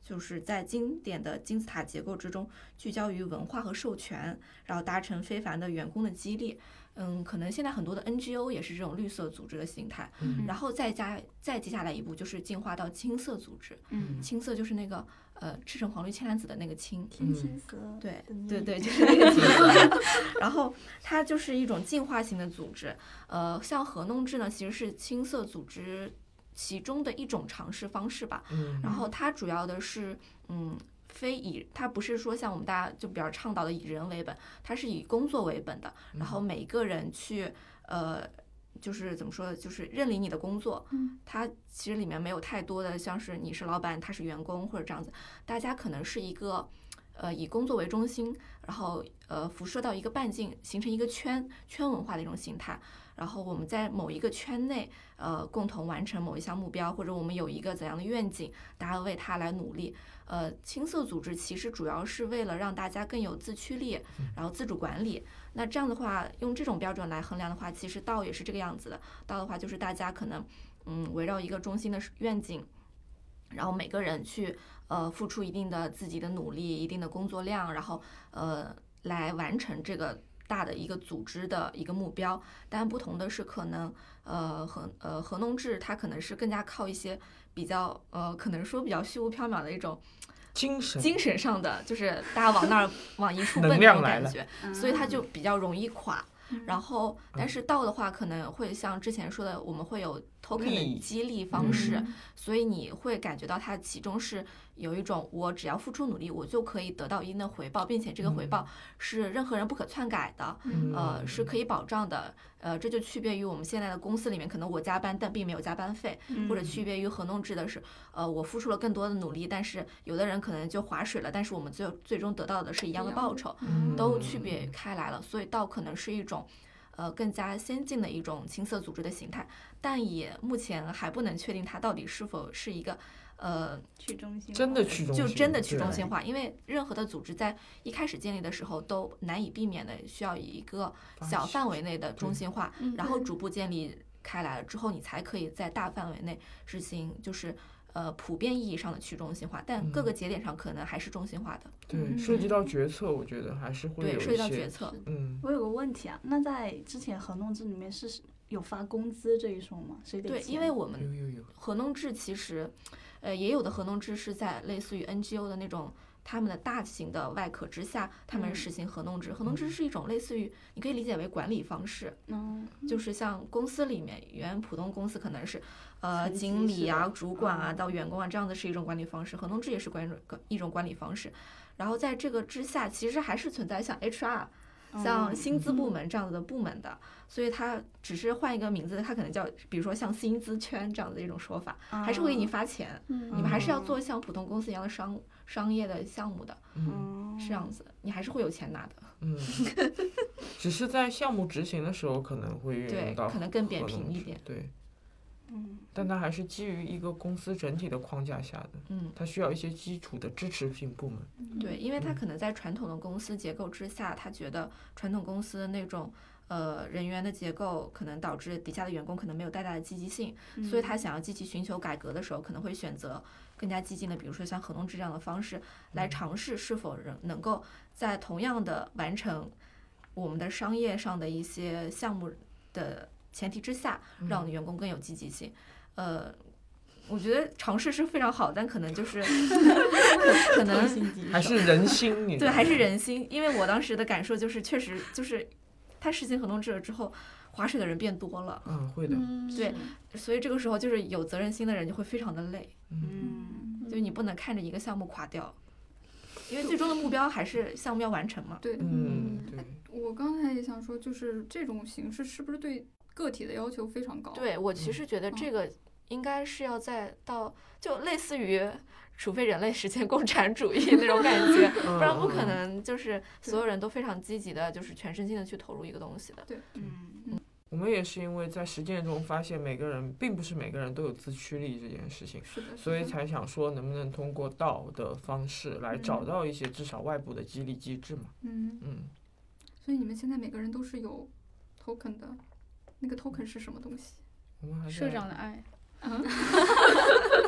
就是在经典的金字塔结构之中聚焦于文化和授权，然后达成非凡的员工的激励。可能现在很多的 NGO 也是这种绿色组织的形态，然后再接下来一步就是进化到青色组织。青色就是那个赤橙黄绿青蓝紫的那个青， 天青色， 对，就是那个青色。然后它就是一种进化型的组织。像核弄制呢，其实是青色组织其中的一种尝试方式吧。然后它主要的是它不是说像我们大家就比较倡导的以人为本，它是以工作为本的。然后每一个人去就是怎么说，就是认领你的工作。它其实里面没有太多的像是你是老板，他是员工或者这样子，大家可能是一个以工作为中心，然后辐射到一个半径，形成一个圈文化的一种形态。然后我们在某一个圈内共同完成某一项目标，或者我们有一个怎样的愿景，大家为它来努力。青色组织其实主要是为了让大家更有自驱力，然后自主管理。那这样的话，用这种标准来衡量的话，其实道也是这个样子的。道的话就是大家可能围绕一个中心的愿景，然后每个人去付出一定的自己的努力，一定的工作量，然后来完成这个大的一个组织的一个目标。但不同的是，可能核弄制它可能是更加靠一些比较可能说比较虚无缥缈的一种精神上的，就是大家往一处奔那种感觉，所以它就比较容易垮。然后但是道的话可能会像之前说的，我们会有 token 的激励方式，所以你会感觉到它其中是有一种我只要付出努力我就可以得到一定的回报，并且这个回报是任何人不可篡改的，是可以保障的。这就区别于我们现在的公司里面，可能我加班但并没有加班费，或者区别于核弄制的是我付出了更多的努力，但是有的人可能就划水了，但是我们最终得到的是一样的报酬，都区别开来了。所以道可能是一种更加先进的一种青色组织的形态，但也目前还不能确定它到底是否是一个去中心化， 真的去中心化，因为任何的组织在一开始建立的时候都难以避免的需要以一个小范围内的中心化，然后逐步建立开来了之后，你才可以在大范围内实行就是普遍意义上的去中心化，但各个节点上可能还是中心化的。 对，涉及到决策，我觉得还是会有一些。 对，涉及到决策。 我有个问题啊，那在之前核弄制里面是有发工资这一说吗？谁得钱？ 对，因为我们核弄制其实，也有的核弄制是在类似于 NGO 的那种他们的大型的外壳之下，他们实行核弄制。核弄制是一种类似于，你可以理解为管理方式，就是像公司里面原普通公司可能是经理啊、主管啊到员工啊，这样的是一种管理方式。核弄制也是一种管理方式。然后在这个之下，其实还是存在像 HR、像薪资部门这样子的部门的，所以它只是换一个名字，它可能叫，比如说像薪资圈这样的一种说法，还是会给你发钱，你们还是要做像普通公司一样的商业的项目的，是这样子，你还是会有钱拿的。 只是在项目执行的时候可能会运用到， 可能更扁平一点。 对。但它还是基于一个公司整体的框架下的，它需要一些基础的支持性部门。 对，因为它可能在传统的公司结构之下，他觉得传统公司的那种人员的结构可能导致底下的员工可能没有太大的积极性，所以他想要积极寻求改革的时候，可能会选择更加激进的，比如说像核弄制这样的方式来尝试是否能够在同样的完成我们的商业上的一些项目的前提之下，让员工更有积极性。我觉得尝试是非常好，但可能就是可能还是人心， 对，还是人心。因为我当时的感受就是，确实就是他实行核弄制了之后，划水的人变多了。 会的。 对，所以这个时候就是有责任心的人就会非常的累。就你不能看着一个项目垮掉，因为最终的目标还是项目要完成嘛。 对。 对。 我刚才也想说，就是这种形式是不是对个体的要求非常高？ 对，我其实觉得这个应该是要就类似于，除非人类实现共产主义那种感觉，不然不可能就是所有人都非常积极的，就是全身心的去投入一个东西的。 对， 我们也是因为在实践中发现并不是每个人都有自驱力这件事情，所以才想说能不能通过道的方式来找到一些至少外部的激励机制嘛。 所以你们现在每个人都是有 token 的，那个 token 是什么东西？ 我们还社长的爱。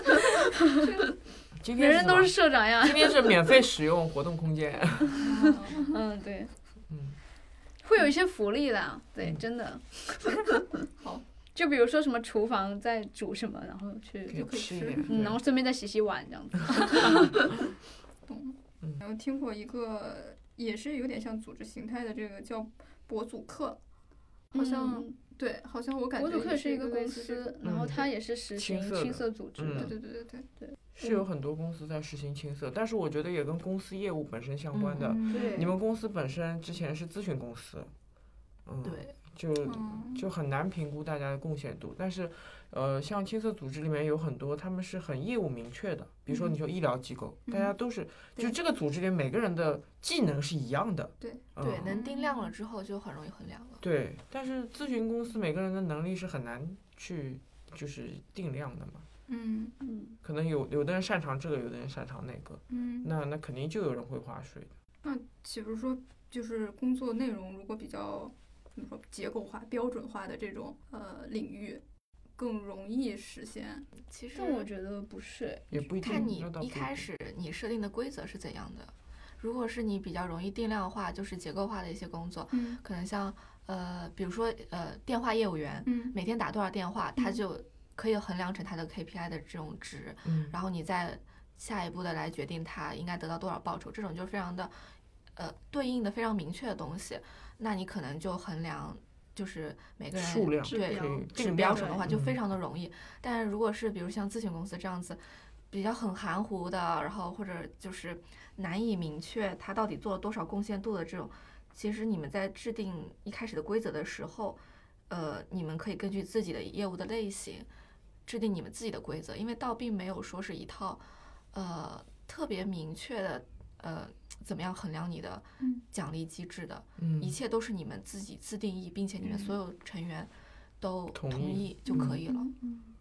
今天人人都是社长呀。 今天是免费使用活动空间。 对。 嗯。 会有一些福利的，对，真的。好，就比如说什么厨房在煮什么，然后去就可以吃， 然后顺便再洗碗这样子。 懂。然后听过一个也是有点像组织形态的，这个叫博组课，好像。对，好像我感觉博组课是一个公司，然后它也是实行青色组织的。 对。 是有很多公司在实行青色，但是我觉得也跟公司业务本身相关的。 对。 你们公司本身之前是咨询公司， 对。 就很难评估大家的贡献度，但是，像青色组织里面有很多，他们是很业务明确的，比如说你说医疗机构，大家都是，就这个组织里每个人的技能是一样的， 对，能定量了之后就很容易衡量了。 对，但是咨询公司每个人的能力是很难去就是定量的嘛。可能有的人擅长这个，有的人擅长那个，那肯定就有人会划水的。 那比如说就是工作内容如果比较怎么说结构化、标准化的这种领域，更容易实现。 其实但我觉得不是， 也不一定。 看你一开始你设定的规则是怎样的。如果是你比较容易定量化，就是结构化的一些工作，可能像比如说电话业务员，每天打多少电话，他就可以衡量成他的 KPI 的这种值，然后你再下一步的来决定他应该得到多少报酬，这种就非常的对应的非常明确的东西，那你可能就衡量就是每个人数量对指标什么的话就非常的容易。但是如果是比如像咨询公司这样子比较很含糊的，然后或者就是难以明确他到底做了多少贡献度的这种，其实你们在制定一开始的规则的时候，你们可以根据自己的业务的类型制定你们自己的规则，因为倒并没有说是一套特别明确的怎么样衡量你的奖励机制的，一切都是你们自己自定义，并且你们所有成员都同意就可以了。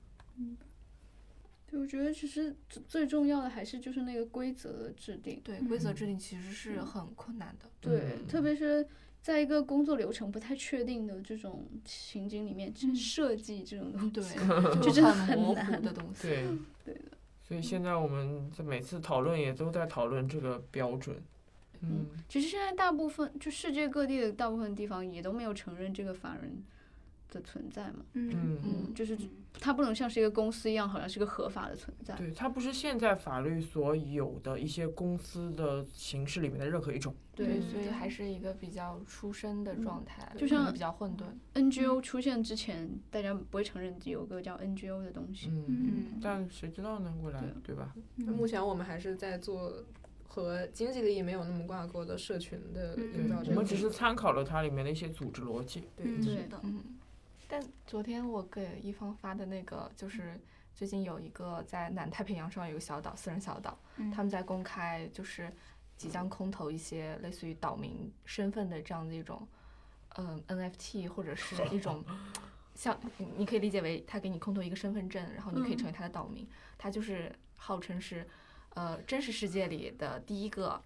对，我觉得其实最重要的还是就是那个规则的制定。 对，规则制定其实是很困难的。 对，特别是在一个工作流程不太确定的这种情景里面，设计这种东西， 对， 就真的很模糊难的东西。 对的。 所以现在我们在每次讨论也都在讨论这个标准。 其实现在大部分就世界各地的大部分地方也都没有承认这个法人的存在嘛。就是它不能像是一个公司一样，好像是个合法的存在。 对，它不是现在法律所有的一些公司的形式里面的任何一种。 对，所以还是一个比较出生的状态， 就像比较混沌。 NGO 出现之前，大家不会承认有个叫 NGO 的东西。 但谁知道呢？未来，对吧？ 目前我们还是在做和经济利益没有那么挂钩的社群的营造。 我们只是参考了它里面的一些组织逻辑。 对的。但昨天我给一方发的那个，就是最近有一个在南太平洋上有个小岛，私人小岛，他们在公开就是即将空投一些类似于岛民身份的这样的一种NFT， 或者是一种像你可以理解为他给你空投一个身份证，然后你可以成为他的岛民。他就是号称是真实世界里的第一个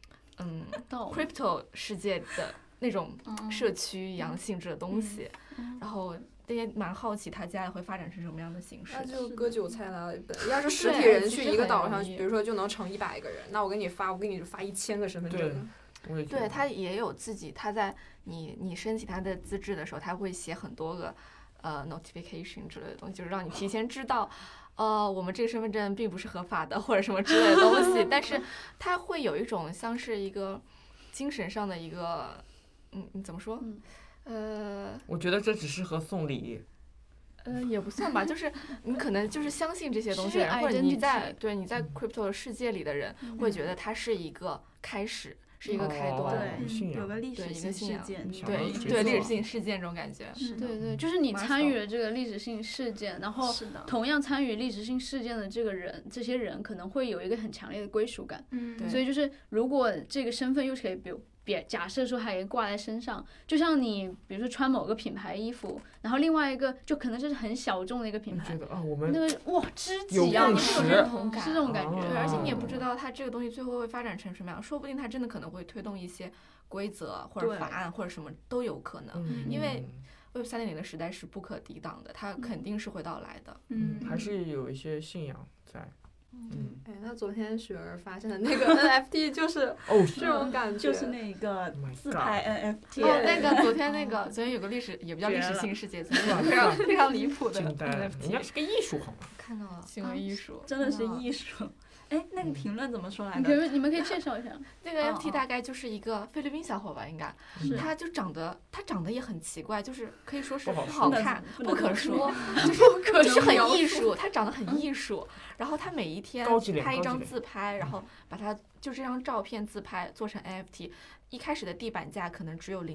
crypto 世界的那种社区一样性质的东西，然后也蛮好奇他接下来会发展成什么样的形式。 那就割韭菜了。要是实体人去一个岛上，比如说就能成100个人，那我给你发1000个身份证。 对，他也有自己，他在你申请他的资质的时候，他会写很多个notification 之类的东西，就是让你提前知道。我们这个身份证并不是合法的，或者什么之类的东西，但是它会有一种像是一个精神上的一个，你怎么说？ 我觉得这只适合送礼。 也不算吧，就是你可能就是相信这些东西，或者你在 crypto 的世界里的人会觉得它是一个开始。是一个开端， 有个历史性事件， 对历史性事件这种感觉， 对，就是你参与了这个历史性事件，然后同样参与历史性事件的这些人可能会有一个很强烈的归属感，所以就是如果这个身份又可以假设说还挂在身上，就像你比如说穿某个品牌衣服，然后另外一个就可能是很小众的一个品牌， 我们那个哇知己啊，你是有认同感，是这种感觉。 对，而且你也不知道它这个东西最后会发展成什么样，说不定它真的可能会推动一些规则或者法案或者什么都有可能，因为Web 3.0的时代是不可抵挡的，它肯定是会到来的。 还是有一些信仰在。 哎，那昨天雪儿发现的那个 NFT 就是这种感觉， 就是那个自拍 NFT。 那个昨天有个历史也不叫历史新世界，昨天非常离谱的 NFT， 人家是个艺术好吗？ 看到了，行为艺术， 真的是艺术。哎，那个评论怎么说来的？ 你们可以介绍一下。 那个 NFT 大概就是一个菲律宾小伙吧，应该，他长得也很奇怪，就是可以说是不好看、不可说，就是很艺术，他长得很艺术。然后他每一天拍一张自拍，然后把它就这张照片自拍做成 NFT。一开始的地板价可能只有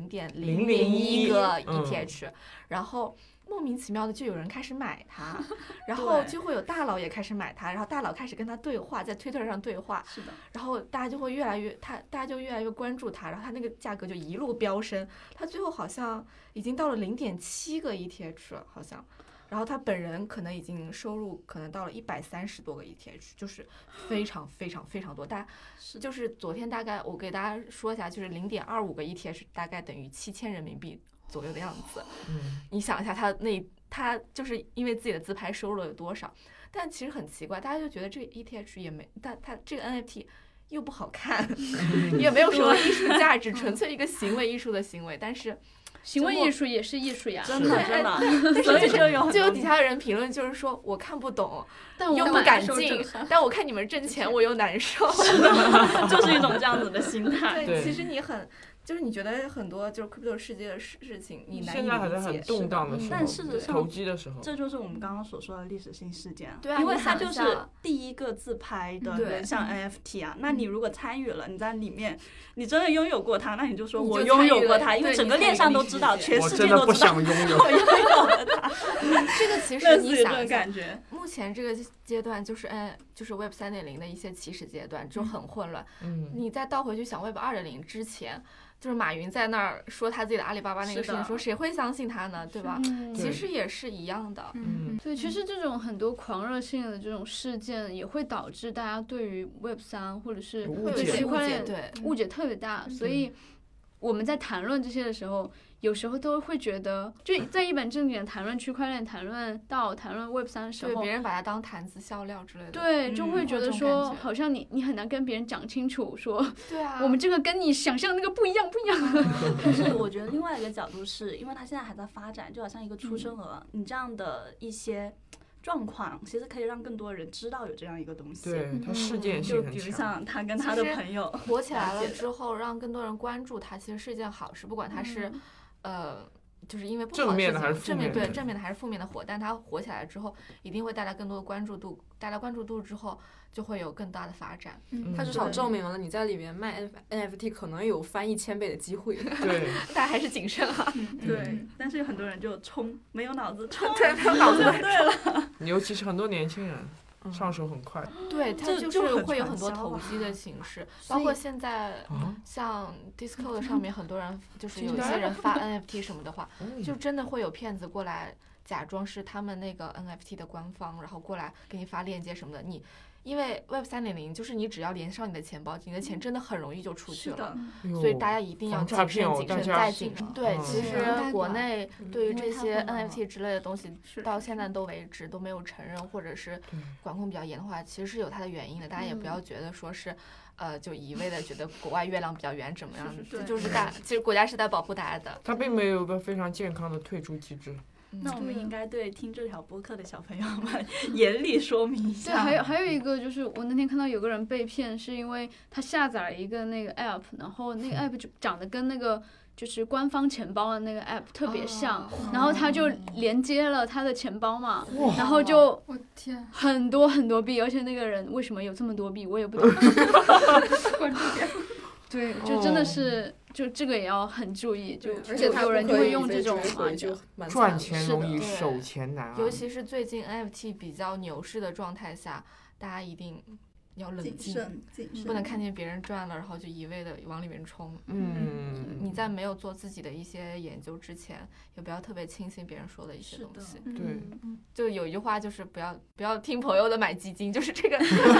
0.001个 ETH，然后莫名其妙的就有人开始买它，然后就会有大佬也开始买它，然后大佬开始跟他对话，在 Twitter 上对话， 是的， 然后大家就越来越关注它，然后它那个价格就一路飙升，它最后好像已经到了0.7个 ETH 了，好像。然后他本人可能已经收入可能到了130多个 ETH， 就是非常非常非常多。就是昨天大概我给大家说一下，就是0.25个 ETH 大概等于7000人民币左右的样子。你想一下他就是因为自己的自拍收入了有多少？但其实很奇怪，大家就觉得这个 ETH 也没，但他这个 NFT 又不好看，也没有什么艺术价值，纯粹一个行为艺术的行为，但是。 行为艺术也是艺术呀， 真的， 所以就有底下的人评论，就是说我看不懂， 但又不敢进，但我看你们挣钱，我又难受， 就是一种这样子的心态。 对，其实你就是你觉得很多就是 crypto 世界的事情，你难以理解。 现在还在很动荡的时候， 但事实上投机的时候， 这就是我们刚刚所说的历史性事件。 对啊， 因为它就是第一个自拍的人像 NFT 啊。那你如果参与了，你在里面，你真的拥有过它，那你就说我拥有过它，因为整个链上都知道，全世界都知道我拥有了它。 这个其实你想感觉， 目前这个阶段就是Web 3.0的一些起始阶段，就很混乱。你再倒回去想 Web 2.0之前。就是马云在那儿说他自己的阿里巴巴那个事情，说谁会相信他呢？对吧？其实也是一样的。 对，其实这种很多狂热性的这种事件，也会导致大家对于 Web 3或者是区块链误解特别大，所以我们在谈论这些的时候。有时候都会觉得，就在一本正经的谈论区块链、谈论到谈论 Web 3的时候， 别人把它当谈资笑料之类的， 对，就会觉得说，好像你很难跟别人讲清楚，说， 对啊， 我们这个跟你想象那个不一样。 但是我觉得另外一个角度是，因为它现在还在发展，就好像一个出生儿，你这样的一些。状况其实可以让更多人知道有这样一个东西， 对，它事件性很强。 就比如像他跟他的朋友火起来了之后，让更多人关注它，其实是一件好事。不管它是，就是因为不好的事情，正面的还是负面的火，但它火起来之后，一定会带来更多的关注度。带来关注度之后，就会有更大的发展。 它至少证明了你在里面卖 NFT 可能有翻1000倍的机会。 对， 大家还是谨慎哈。 对，但是有很多人就冲，没有脑子冲， 对，没有脑子对了。 尤其是很多年轻人。上手很快， 对，它就是会有很多投机的形式，包括现在像 Discord 上面很多人就是有一些人发 NFT 什么的话，就真的会有骗子过来假装是他们那个 NFT 的官方，然后过来给你发链接什么的。因为 Web 3.0就是你只要连上你的钱包，你的钱真的很容易就出去了，所以大家一定要谨慎再谨慎。对，其实国内对于这些 NFT 之类的东西，到现在为止都没有承认或者是管控比较严的话，其实是有它的原因的。大家也不要觉得说是就一味的觉得国外月亮比较圆怎么样的，就是其实国家是在保护大家的。 它并没有一个非常健康的退出机制。 那我们应该对听这条播客的小朋友们严厉说明一下。 对，还有一个就是我那天看到有个人被骗，是因为他下载了一个那个 app， 然后那个 app 就长得跟那个就是官方钱包的那个 app 特别像，然后他就连接了他的钱包嘛，然后就很多很多币，而且那个人为什么有这么多币，我也不懂。关注点。对，就真的是。就这个也要很注意，而且有人就会用这种赚钱容易守钱难， 尤其是最近 NFT 比较牛市的状态下，大家一定要冷静，不能看见别人赚了，然后就一味的往里面冲。你在没有做自己的一些研究之前，也不要特别轻信别人说的一些东西。 对， 就有一句话就是不要听朋友的买基金，就是这个。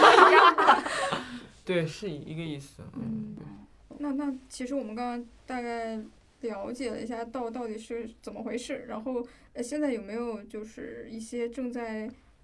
对，是一个意思。 那其实我们刚刚大概了解了一下到底是怎么回事，然后现在有没有就是一些正在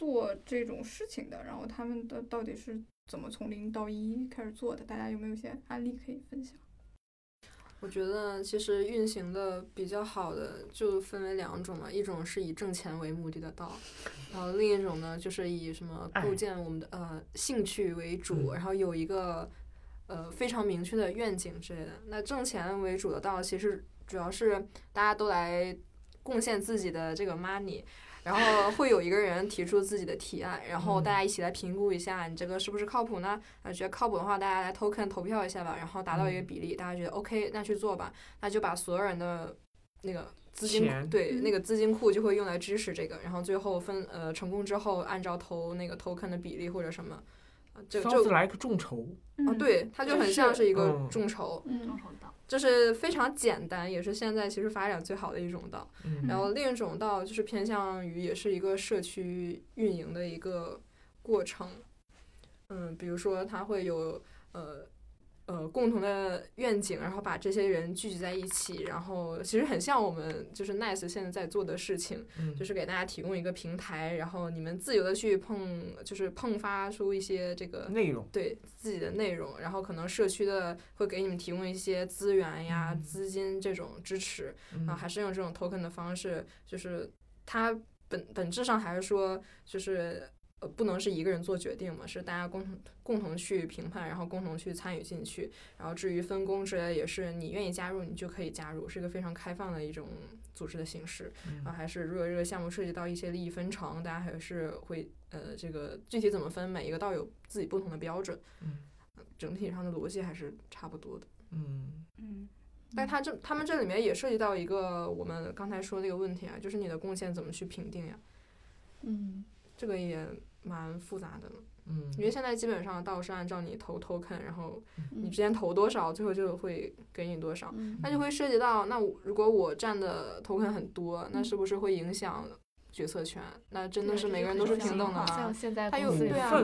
做这种事情的？然后他们的到底是怎么从0到1开始做的？大家有没有一些案例可以分享？ 我觉得其实运行的比较好的就分为2种嘛，一种是以挣钱为目的的道，然后另一种呢就是以什么构建我们的兴趣为主，然后有一个非常明确的愿景之类的。那挣钱为主的道其实主要是大家都来贡献自己的这个 money。然后会有一个人提出自己的提案，然后大家一起来评估一下你这个是不是靠谱呢？觉得靠谱的话，大家来 token 投票一下吧，然后达到一个比例，大家觉得 OK， 那去做吧，那就把所有人的那个资金那个资金库就会用来支持这个，然后最后成功之后按照投那个 token 的比例或者什么，就来个众筹对，它就很像是一个众筹， 众筹道。 这是非常简单，也是现在其实发展最好的一种道。然后另一种道就是偏向于也是一个社区运营的一个过程。比如说它会有共同的愿景，然后把这些人聚集在一起，然后其实很像我们就是 Nice 现在在做的事情，就是给大家提供一个平台，然后你们自由的去迸发出一些这个内容， 对自己的内容，然后可能社区的会给你们提供一些资源呀、资金这种支持，然后还是用这种 token 的方式，就是它本质上还是说就是不能是一个人做决定嘛，是大家共同去评判，然后共同去参与进去。然后至于分工之类的，也是你愿意加入你就可以加入，是一个非常开放的一种组织的形式。然后还是如果这个项目涉及到一些利益分成，大家还是会这个具体怎么分，每一个道有自己不同的标准。整体上的逻辑还是差不多的。但他们这里面也涉及到一个我们刚才说的一个问题啊，就是你的贡献怎么去评定呀？这个也蛮复杂的，因为现在基本上道是按照你投 token， 然后你之前投多少，最后就会给你多少，那就会涉及到，那如果我占的 token 很多，那是不是会影响决策权？那真的是每个人都是平等的吗？ 像现在他又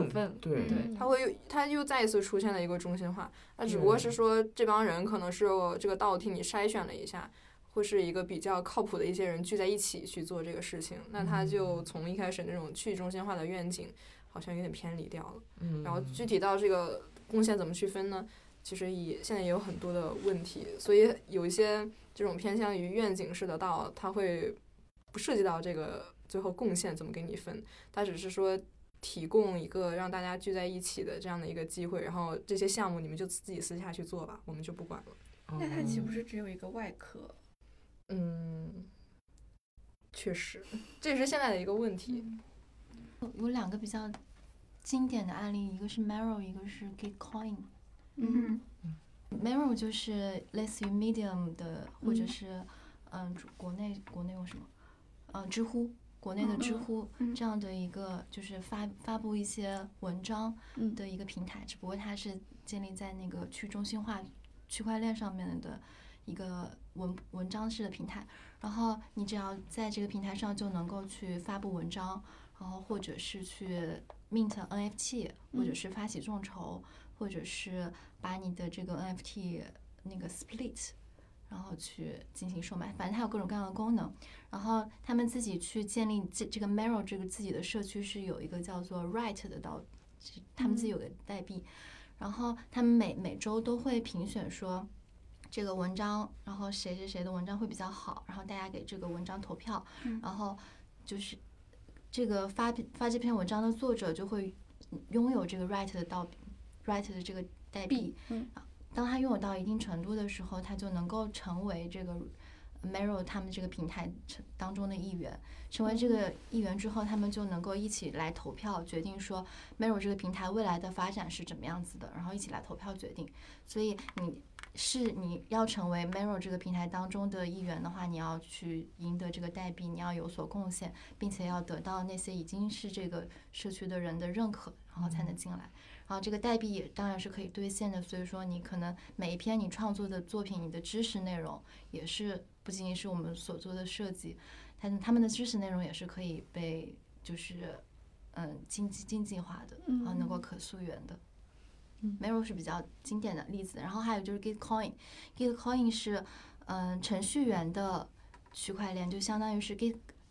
他又再一次出现了一个中心化，那只不过是说这帮人可能是这个道替你筛选了一下。会是一个比较靠谱的一些人聚在一起去做这个事情，那他就从一开始那种去中心化的愿景好像有点偏离掉了。然后具体到这个贡献怎么去分呢？其实现在也有很多的问题，所以有一些这种偏向于愿景式的道，它会不涉及到这个最后贡献怎么给你分，它只是说提供一个让大家聚在一起的这样的一个机会，然后这些项目你们就自己私下去做吧，我们就不管了。 那它岂不是只有一个外壳？ 确实，这也是现在的一个问题。 有2个比较经典的案例，一个是 Marrow， 一个是 Gitcoin。Marrow 就是类似于 Medium 的，或者是国内有什么知乎，国内的知乎这样的一个就是发布一些文章的一个平台，只不过它是建立在那个去中心化区块链上面的一个文章式的平台，然后你只要在这个平台上就能够去发布文章，然后或者是去 mint NFT， 或者是发起众筹，或者是把你的这个 NFT 那个 split， 然后去进行售卖，反正它有各种各样的功能。然后他们自己去建立这个 Marrow 这个自己的社区是有一个叫做 RIGHT 的道，他们自己有个代币，然后他们每周都会评选说这个文章，然后谁的文章会比较好，然后大家给这个文章投票，然后就是这个发这篇文章的作者就会拥有这个 RIGHT 的这个代币，当他拥有到一定程度的时候，他就能够成为这个 Marrow 他们这个平台当中的一员。成为这个一员之后，他们就能够一起来投票，决定说 Marrow 这个平台未来的发展是怎么样子的，然后一起来投票决定。所以你要成为 Marrow 这个平台当中的一员的话，你要去赢得这个代币，你要有所贡献，并且要得到那些已经是这个社区的人的认可，然后才能进来。然后这个代币也当然是可以兑现的，所以说你可能每一篇你创作的作品，你的知识内容也是不仅仅是我们所做的设计，他们的知识内容也是可以被就是经济化的，然后能够可溯源的。Marrow 是比较经典的例子，然后还有就是 Gitcoin 是程序员的区块链，就相当于是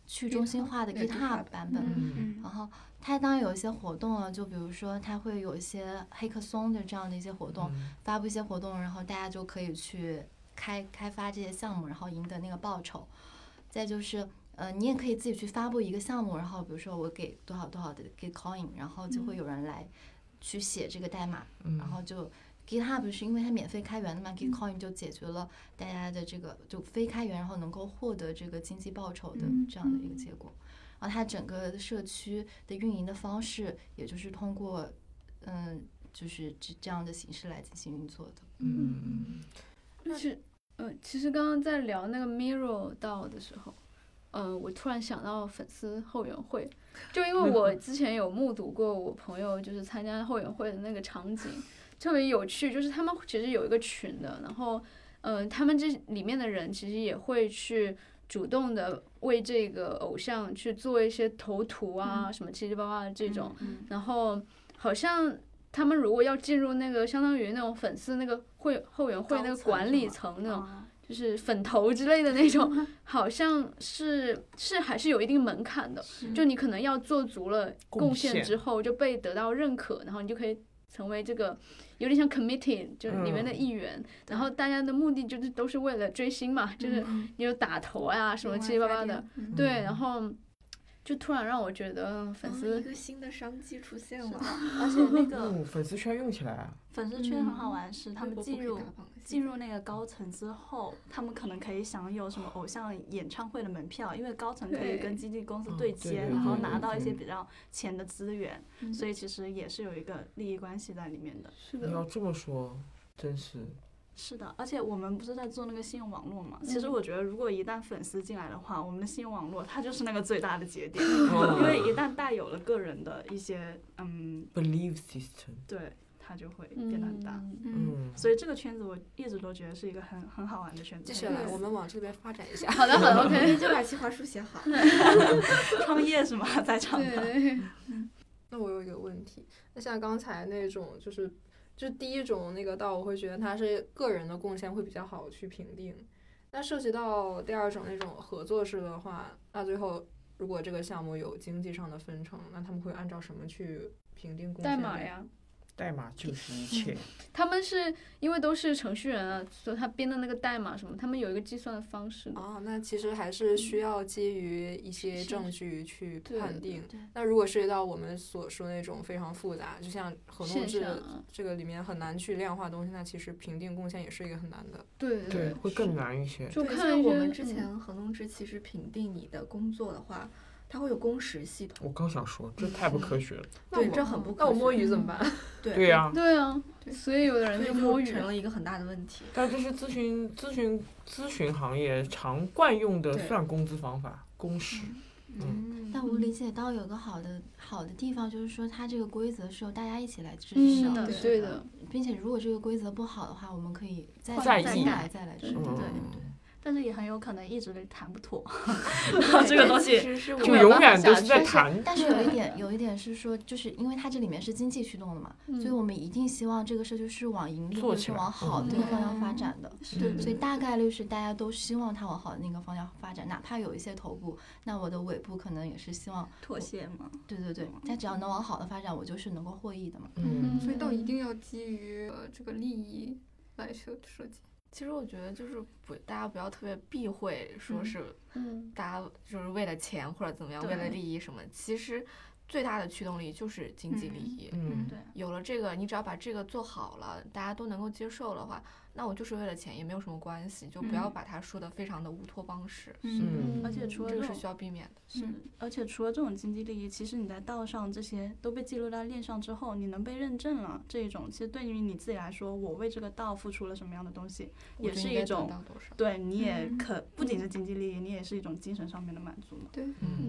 去中心化的 GitHub 版本，然后它当然有一些活动了，就比如说它会有一些黑客松的这样的一些活动，发布一些活动，然后大家就可以去开发这些项目，然后赢得那个报酬。再就是你也可以自己去发布一个项目，然后比如说我给多少多少的 Gitcoin， 然后就会有人来去写这个代码，然后就 GitHub 是因为它免费开源的嘛，Gitcoin 就解决了大家的这个就非开源，然后能够获得这个经济报酬的这样的一个结果。然后它整个社区的运营的方式，也就是通过就是这样的形式来进行运作的。 其实刚刚在聊那个 Mirror DAO 的时候，我突然想到粉丝后援会，就因为我之前有目睹过我朋友就是参加后援会的那个场景，特别有趣。就是他们其实有一个群的，然后他们这里面的人其实也会去主动的为这个偶像去做一些头图啊，什么七七八八的这种，然后好像他们如果要进入那个相当于那种粉丝那个后援会那个管理层那种，就是粉头之类的那种，好像是还是有一定门槛的，就你可能要做足了贡献之后就被得到认可，然后你就可以成为这个有点像 committee 就里面的一员，然后大家的目的就是都是为了追星嘛，就是你有打头啊什么七七八八的，对，然后就突然让我觉得粉丝一个新的商机出现了， 而且那个粉丝圈用起来啊， 粉丝圈很好玩，是他们进入那个高层之后，他们可能可以享有什么偶像演唱会的门票，因为高层可以跟经纪公司对接，然后拿到一些比较钱的资源，所以其实也是有一个利益关系在里面的。 是的，你要这么说，真是。 是的，而且我们不是在做那个信用网络嘛？其实我觉得，如果一旦粉丝进来的话，我们的信用网络它就是那个最大的节点，因为一旦带有了个人的一些 belief system， 对，它就会变得很大。所以这个圈子我一直都觉得是一一个很好玩的圈子。 接下来我们往这边发展一下。 好的好的 ，OK， 就把计划书写好。 创业是吗？在场的。 那我有一个问题，那像刚才那种就第一种那个DAO，我会觉得它是个人的贡献会比较好去评定。那涉及到第二种那种合作式的话，那最后如果这个项目有经济上的分成，那他们会按照什么去评定贡献？ 代码呀。 代码就是一切。 他们是因为都是程序员啊，所以他编的那个代码什么，他们有一个计算的方式。 那其实还是需要基于一些证据去判定。那如果涉及到我们所说那种非常复杂，就像合同制这个里面很难去量化东西，那其实评定贡献也是一个很难的。 对， 会更难一些。 就看我们之前合同制，其实评定你的工作的话，它会有工时系统。 我刚想说，这太不科学了。 对，这很不科学。 那我摸鱼怎么办？ 对呀。 对啊，所以有的人就摸鱼成了一个很大的问题。 但这是咨询行业常惯用的算工资方法，工时。 但我理解到有个好的地方，就是说它这个规则是由大家一起来制定的， 对的， 并且如果这个规则不好的话，我们可以再来制定。对。 但是也很有可能一直谈不妥，这个东西就永远都是在谈。 但是有一点是说，就是因为它这里面是经济驱动的嘛，所以我们一定希望这个社区是往盈利或者是往好的那个方向发展的。所以大概率是大家都希望它往好的那个方向发展，哪怕有一些头部，那我的尾部可能也是希望妥协嘛。 对，它只要能往好的发展，我就是能够获益的嘛。 所以倒一定要基于这个利益来设计。 其实我觉得就是大家不要特别避讳说是，大家就是为了钱或者怎么样，为了利益什么。其实最大的驱动力就是经济利益。 对。 有了这个，你只要把这个做好了，大家都能够接受的话，那我就是为了钱也没有什么关系，就不要把它说的非常的乌托邦式。 而且除了这个是需要避免的。 而且除了这种经济利益，其实你在道上这些都被记录在链上之后，你能被认证了，这一种其实对于你自己来说，我为这个道付出了什么样的东西，也是一种对你也不仅是经济利益，你也是一种精神上面的满足嘛。 对，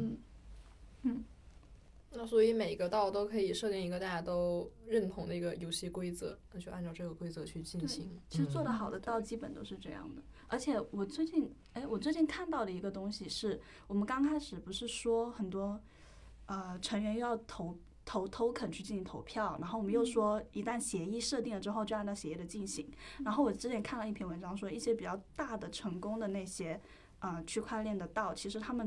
那所以每个道都可以设定一个大家都认同的一个游戏规则，那就按照这个规则去进行。 其实做得好的道基本都是这样的。而且我最近看到的一个东西是，我们刚开始不是说很多成员要投 token 去进行投票，然后我们又说一旦协议设定了之后就按照协议的进行。然后我之前看了一篇文章说，一些比较大的成功的那些区块链的道，其实他们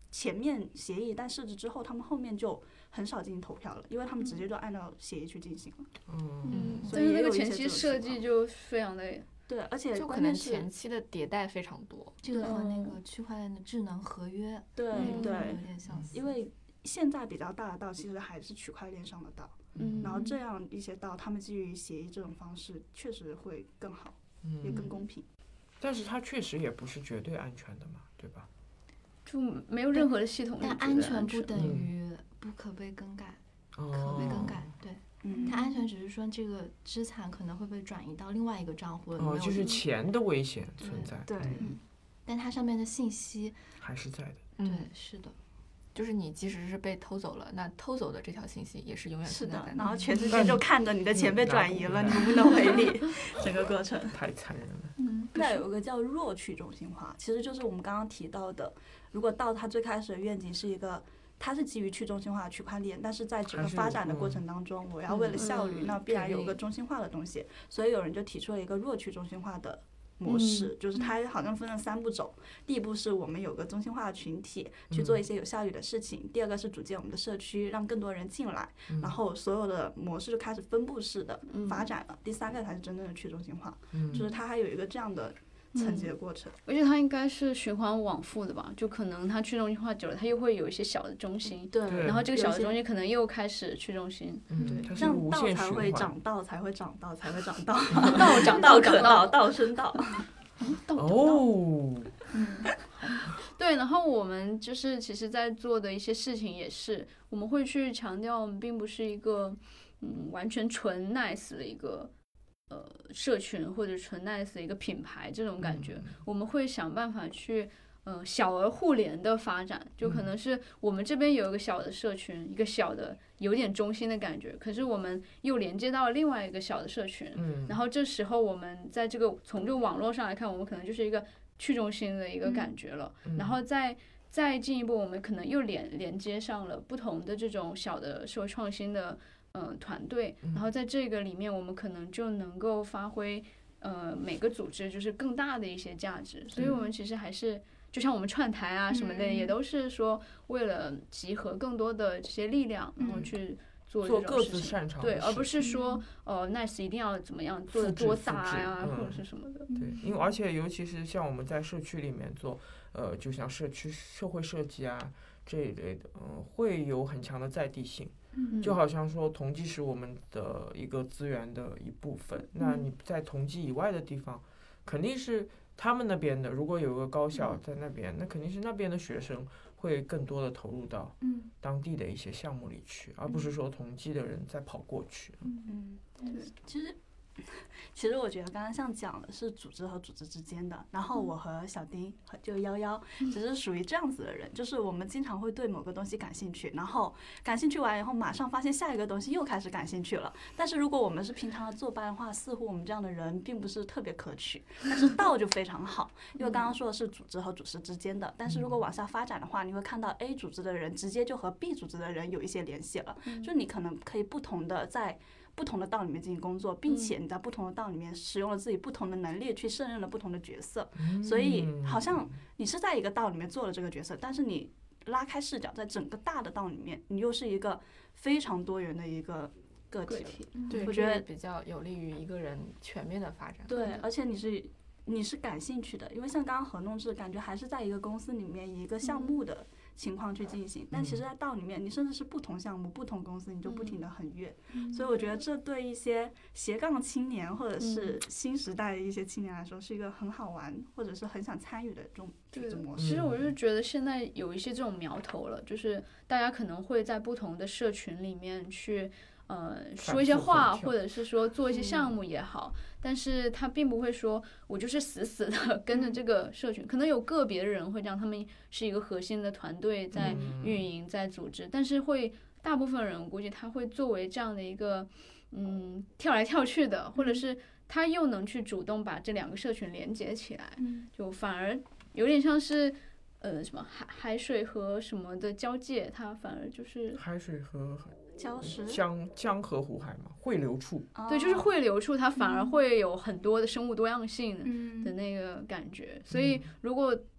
前面协议一旦设置之后，他们后面就很少进行投票了，因为他们直接就按照协议去进行了。所以那个也有一些前期设计就非常的对，而且就可能前期的迭代非常多。 这个和那个区块链的智能合约对有点相似， 因为现在比较大的道其实还是区块链上的道，然后这样一些道，他们基于协议这种方式确实会更好，也更公平。 但是它确实也不是绝对安全的嘛，对吧？ 就没有任何的系统但安全不等于不可被更改，可被更改。对，它安全只是说这个资产可能会被转移到另外一个账户。 就是钱的危险存在。 对， 但它上面的信息还是在的。 对，是的。 就是你即使是被偷走了，那偷走的这条信息也是永远存在的。 然后全世界就看着你的钱被转移了，你能不能回礼？整个过程太残忍了。 那有一个叫弱去中心化，其实就是我们刚刚提到的，如果到它最开始的愿景是一个，它是基于去中心化的区块链，但是在整个发展的过程当中，我要为了效率，那必然有一个中心化的东西，所以有人就提出了一个弱去中心化的模式，就是它好像分了3步走。第一步是我们有个中心化的群体去做一些有效率的事情，第二个是组建我们的社区，让更多人进来，然后所有的模式就开始分布式的发展了。第3个才是真正的去中心化，就是它还有一个这样的层级的过程。 而且它应该是循环往复的吧，就可能它去中心化久了，它又会有一些小的中心， 对， 然后这个小的中心可能又开始去中心， 对，这样道才会长道，才会长道，才会长道， 道长道可道，道生道。 哦， 对，然后我们就是其实在做的一些事情也是，我们会去强调我们并不是一个完全纯 nice 的一个社群或者纯 nice 的一个品牌这种感觉，我们会想办法去小而互联的发展，就可能是我们这边有一个小的社群，一个小的有点中心的感觉，可是我们又连接到了另外一个小的社群，然后这时候我们在这个从这个网络上来看，我们可能就是一个去中心的一个感觉了，然后再进一步，我们可能又连接上了不同的这种小的社会创新的团队，然后在这个里面，我们可能就能够发挥每个组织就是更大的一些价值，所以我们其实还是。就像我们串台啊什么的，也都是说为了集合更多的这些力量，然后去做这种事情，对，而不是说nice 一定要怎么样做的多大呀，或者是什么的。 对，因为而且尤其是像我们在社区里面做，就像社会设计啊这一类的，会有很强的在地性。就好像说同济是我们的一个资源的一部分，那你在同济以外的地方，肯定是。他们那边的，如果有个高校在那边，那肯定是那边的学生会更多的投入到当地的一些项目里去，而不是说同济的人再跑过去。 对，其实我觉得刚刚像讲的是组织和组织之间的，然后我和小丁就11只是属于这样子的人，就是我们经常会对某个东西感兴趣，然后感兴趣完以后马上发现下一个东西又开始感兴趣了，但是如果我们是平常的坐班的话，似乎我们这样的人并不是特别可取，但是道就非常好，因为刚刚说的是组织和组织之间的，但是如果往下发展的话，你会看到 A 组织的人直接就和 B 组织的人有一些联系了，就你可能可以不同的在不同的道里面进行工作，并且你在不同的道里面使用了自己不同的能力去胜任了不同的角色，所以好像你是在一个道里面做了这个角色，但是你拉开视角，在整个大的道里面，你又是一个非常多元的一个个体。 对， 我觉得比较有利于一个人全面的发展。 对，而且你是感兴趣的，因为像刚刚合弄制，感觉还是在一个公司里面以一个项目的情况去进行，但其实在道里面，你甚至是不同项目、不同公司，你就不停的横越，所以我觉得这对一些斜杠青年或者是新时代的一些青年来说，是一个很好玩或者是很想参与的这种组织模式。 其实我就觉得现在有一些这种苗头了，就是大家可能会在不同的社群里面去说一些话，或者是说做一些项目也好，但是他并不会说我就是死死的跟着这个社群，可能有个别的人会这样，他们是一个核心的团队在运营在组织，但是会大部分人我估计他会作为这样的一个跳来跳去的，或者是他又能去主动把这2个社群连接起来，就反而有点像是什么海水和什么的交界，它反而就是海水和礁石江河湖海嘛，汇流处。 对，就是汇流处，它反而会有很多的生物多样性的那个感觉。所以如果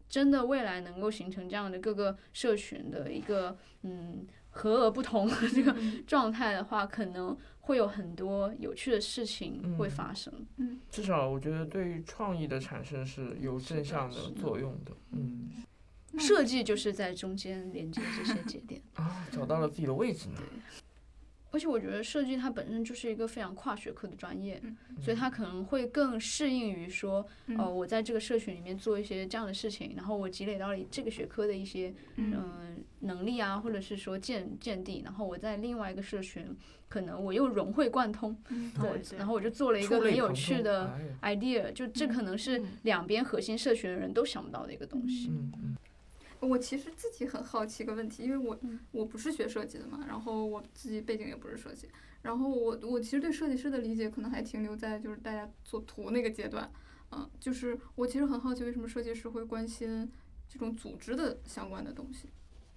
真的未来能够形成这样的各个社群的一个和而不同的这个状态的话，可能会有很多有趣的事情会发生。 至少我觉得对于创意的产生是有正向的作用的。 设计就是在中间连接这些节点找到了自己的位置呢。 而且我觉得设计它本身就是一个非常跨学科的专业，所以它可能会更适应于说，我在这个社群里面做一些这样的事情，然后我积累到了这个学科的一些能力啊，或者是说见地，然后我在另外一个社群，可能我又融会贯通，然后我就做了一个很有趣的 idea， 就这可能是两边核心社群的人都想不到的一个东西。 我其实自己很好奇一个问题，因为我不是学设计的嘛，然后我自己背景也不是设计，然后我其实对设计师的理解可能还停留在就是大家做图那个阶段，就是我其实很好奇为什么设计师会关心这种组织的相关的东西。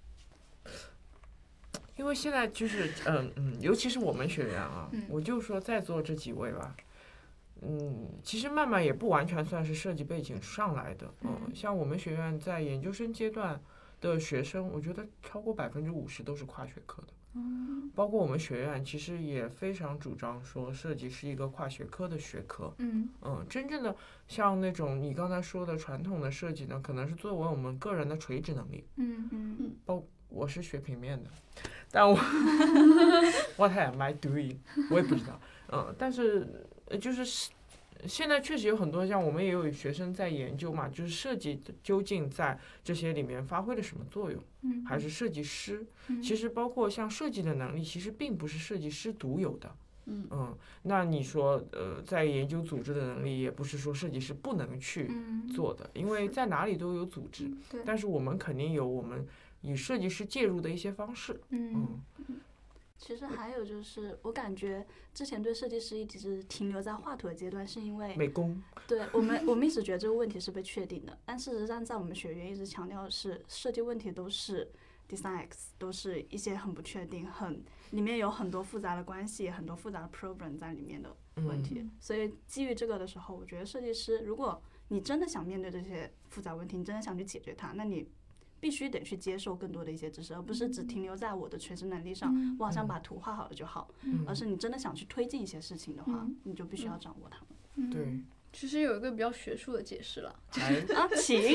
因为现在就是尤其是我们学院啊，我就说在座这几位吧。其实慢慢也不完全算是设计背景上来的，像我们学院在研究生阶段的学生，我觉得超过50%都是跨学科的，包括我们学院其实也非常主张说设计是一个跨学科的学科，真正的像那种你刚才说的传统的设计呢，可能是作为我们个人的垂直能力，我是学平面的，但我What am I doing？ 我也不知道，但是就是现在确实有很多像我们也有学生在研究嘛，就是设计究竟在这些里面发挥了什么作用，还是设计师，其实包括像设计的能力，其实并不是设计师独有的。那你说在研究组织的能力，也不是说设计师不能去做的，因为在哪里都有组织，但是我们肯定有我们以设计师介入的一些方式。 其实还有就是，我感觉之前对设计师一直停留在画图的阶段，是因为美工。对， 我们一直觉得这个问题是被确定的，但事实上在我们学院一直强调的是，设计问题都是 design X， 都是一些很不确定、里面有很多复杂的关系、很多复杂的 problem 在里面的问题。所以基于这个的时候，我觉得设计师，如果你真的想面对这些复杂问题，你真的想去解决它，那你必须得去接受更多的一些知识，而不是只停留在我的垂直能力上，我好像把图画好了就好，而是你真的想去推进一些事情的话，你就必须要掌握它们。 对， 其实有一个比较学术的解释了， 请，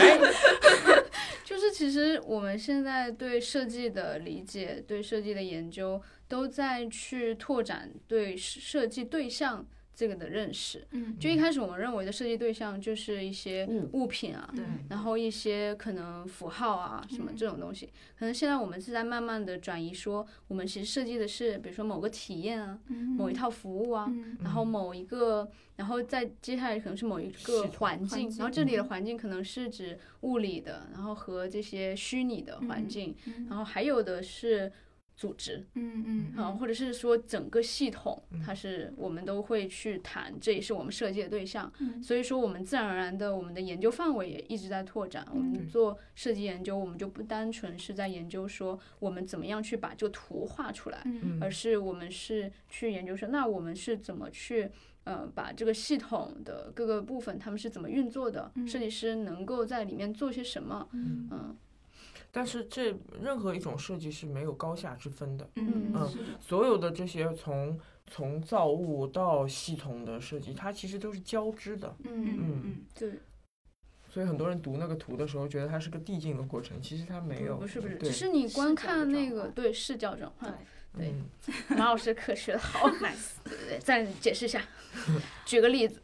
就是其实我们现在对设计的理解、对设计的研究，都在去拓展对设计对象这个的认识。就一开始我们认为的设计对象就是一些物品啊，然后一些可能符号啊什么这种东西，可能现在我们是在慢慢的转移，说我们其实设计的是比如说某个体验啊，某一套服务啊，然后某一个，然后再接下来可能是某一个环境，然后这里的环境可能是指物理的，然后和这些虚拟的环境，然后还有的是组织，或者是说整个系统，它是我们都会去谈，这也是我们设计的对象。所以说我们自然而然的，我们的研究范围也一直在拓展。我们做设计研究，我们就不单纯是在研究说我们怎么样去把这个图画出来，而是我们是去研究说，那我们是怎么去把这个系统的各个部分，他们是怎么运作的，设计师能够在里面做些什么， 但是这任何一种设计是没有高下之分的，所有的这些从造物到系统的设计，它其实都是交织的， 对。 所以很多人读那个图的时候，觉得它是个递进的过程，其实它没有， 不是，只是你光看那个视角转换，对，马老师可学得好，nice， 对，再解释一下，举个例子，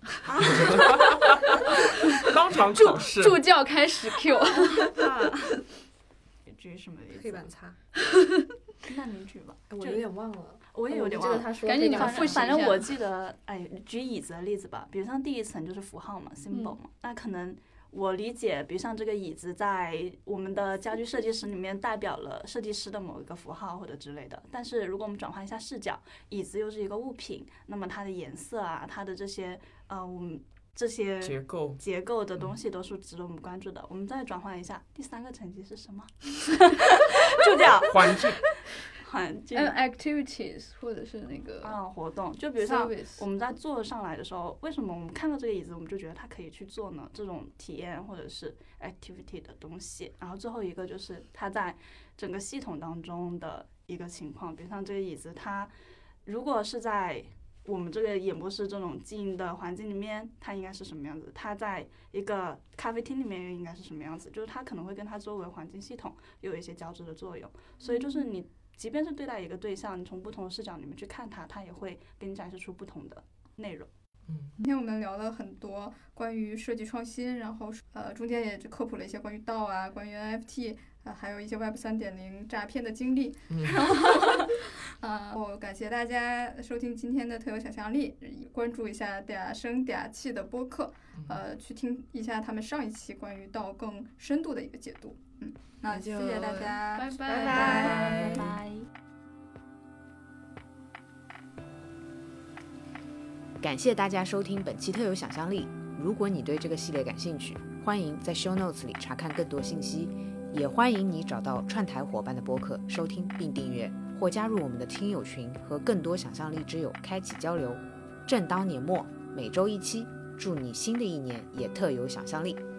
当场考试， 助教开始 Q。 举什么例子？ 黑板擦。 那你举吧。 我有点忘了。 我也有点忘了。 赶紧你们复习一下。 反正我记得，举椅子的例子吧。比如像第一层就是符号嘛 ，symbol 嘛。那可能我理解，比如像这个椅子在我们的家居设计史里面代表了设计师的某一个符号或者之类的。但是如果我们转换一下视角，椅子又是一个物品，那么它的颜色啊，它的这些我们这些结构的东西都是值得我们关注的。我们再转换一下，第3个层级是什么？注掉环境。 activities 或者是那个活动，就比如像我们在坐上来的时候，为什么我们看到这个椅子我们就觉得它可以去做呢？这种体验或者是 activity 的东西。然后最后一个就是它在整个系统当中的一个情况，比如像这个椅子，它如果是在我们这个演播室这种静的环境里面，它应该是什么样子？它在一个咖啡厅里面又应该是什么样子？就是它可能会跟它周围环境系统有一些交织的作用。所以就是你即便是对待一个对象，你从不同的视角里面去看它，它也会给你展示出不同的内容。 今天我们聊了很多关于设计创新，然后中间也科普了一些关于道啊，关于 NFT，还有一些 Web 3.0 诈骗的经历。我感谢大家收听今天的特有想象力，关注一下嗲声嗲气的播客，去听一下他们上一期关于道更深度的一个解读。那谢谢大家， 拜拜。 感谢大家收听本期特有想象力。如果你对这个系列感兴趣，欢迎在 show notes 里查看更多信息，也欢迎你找到串台伙伴的播客收听并订阅，或加入我们的听友群，和更多想象力之友开启交流。正当年末，每周1期，祝你新的一年也特有想象力。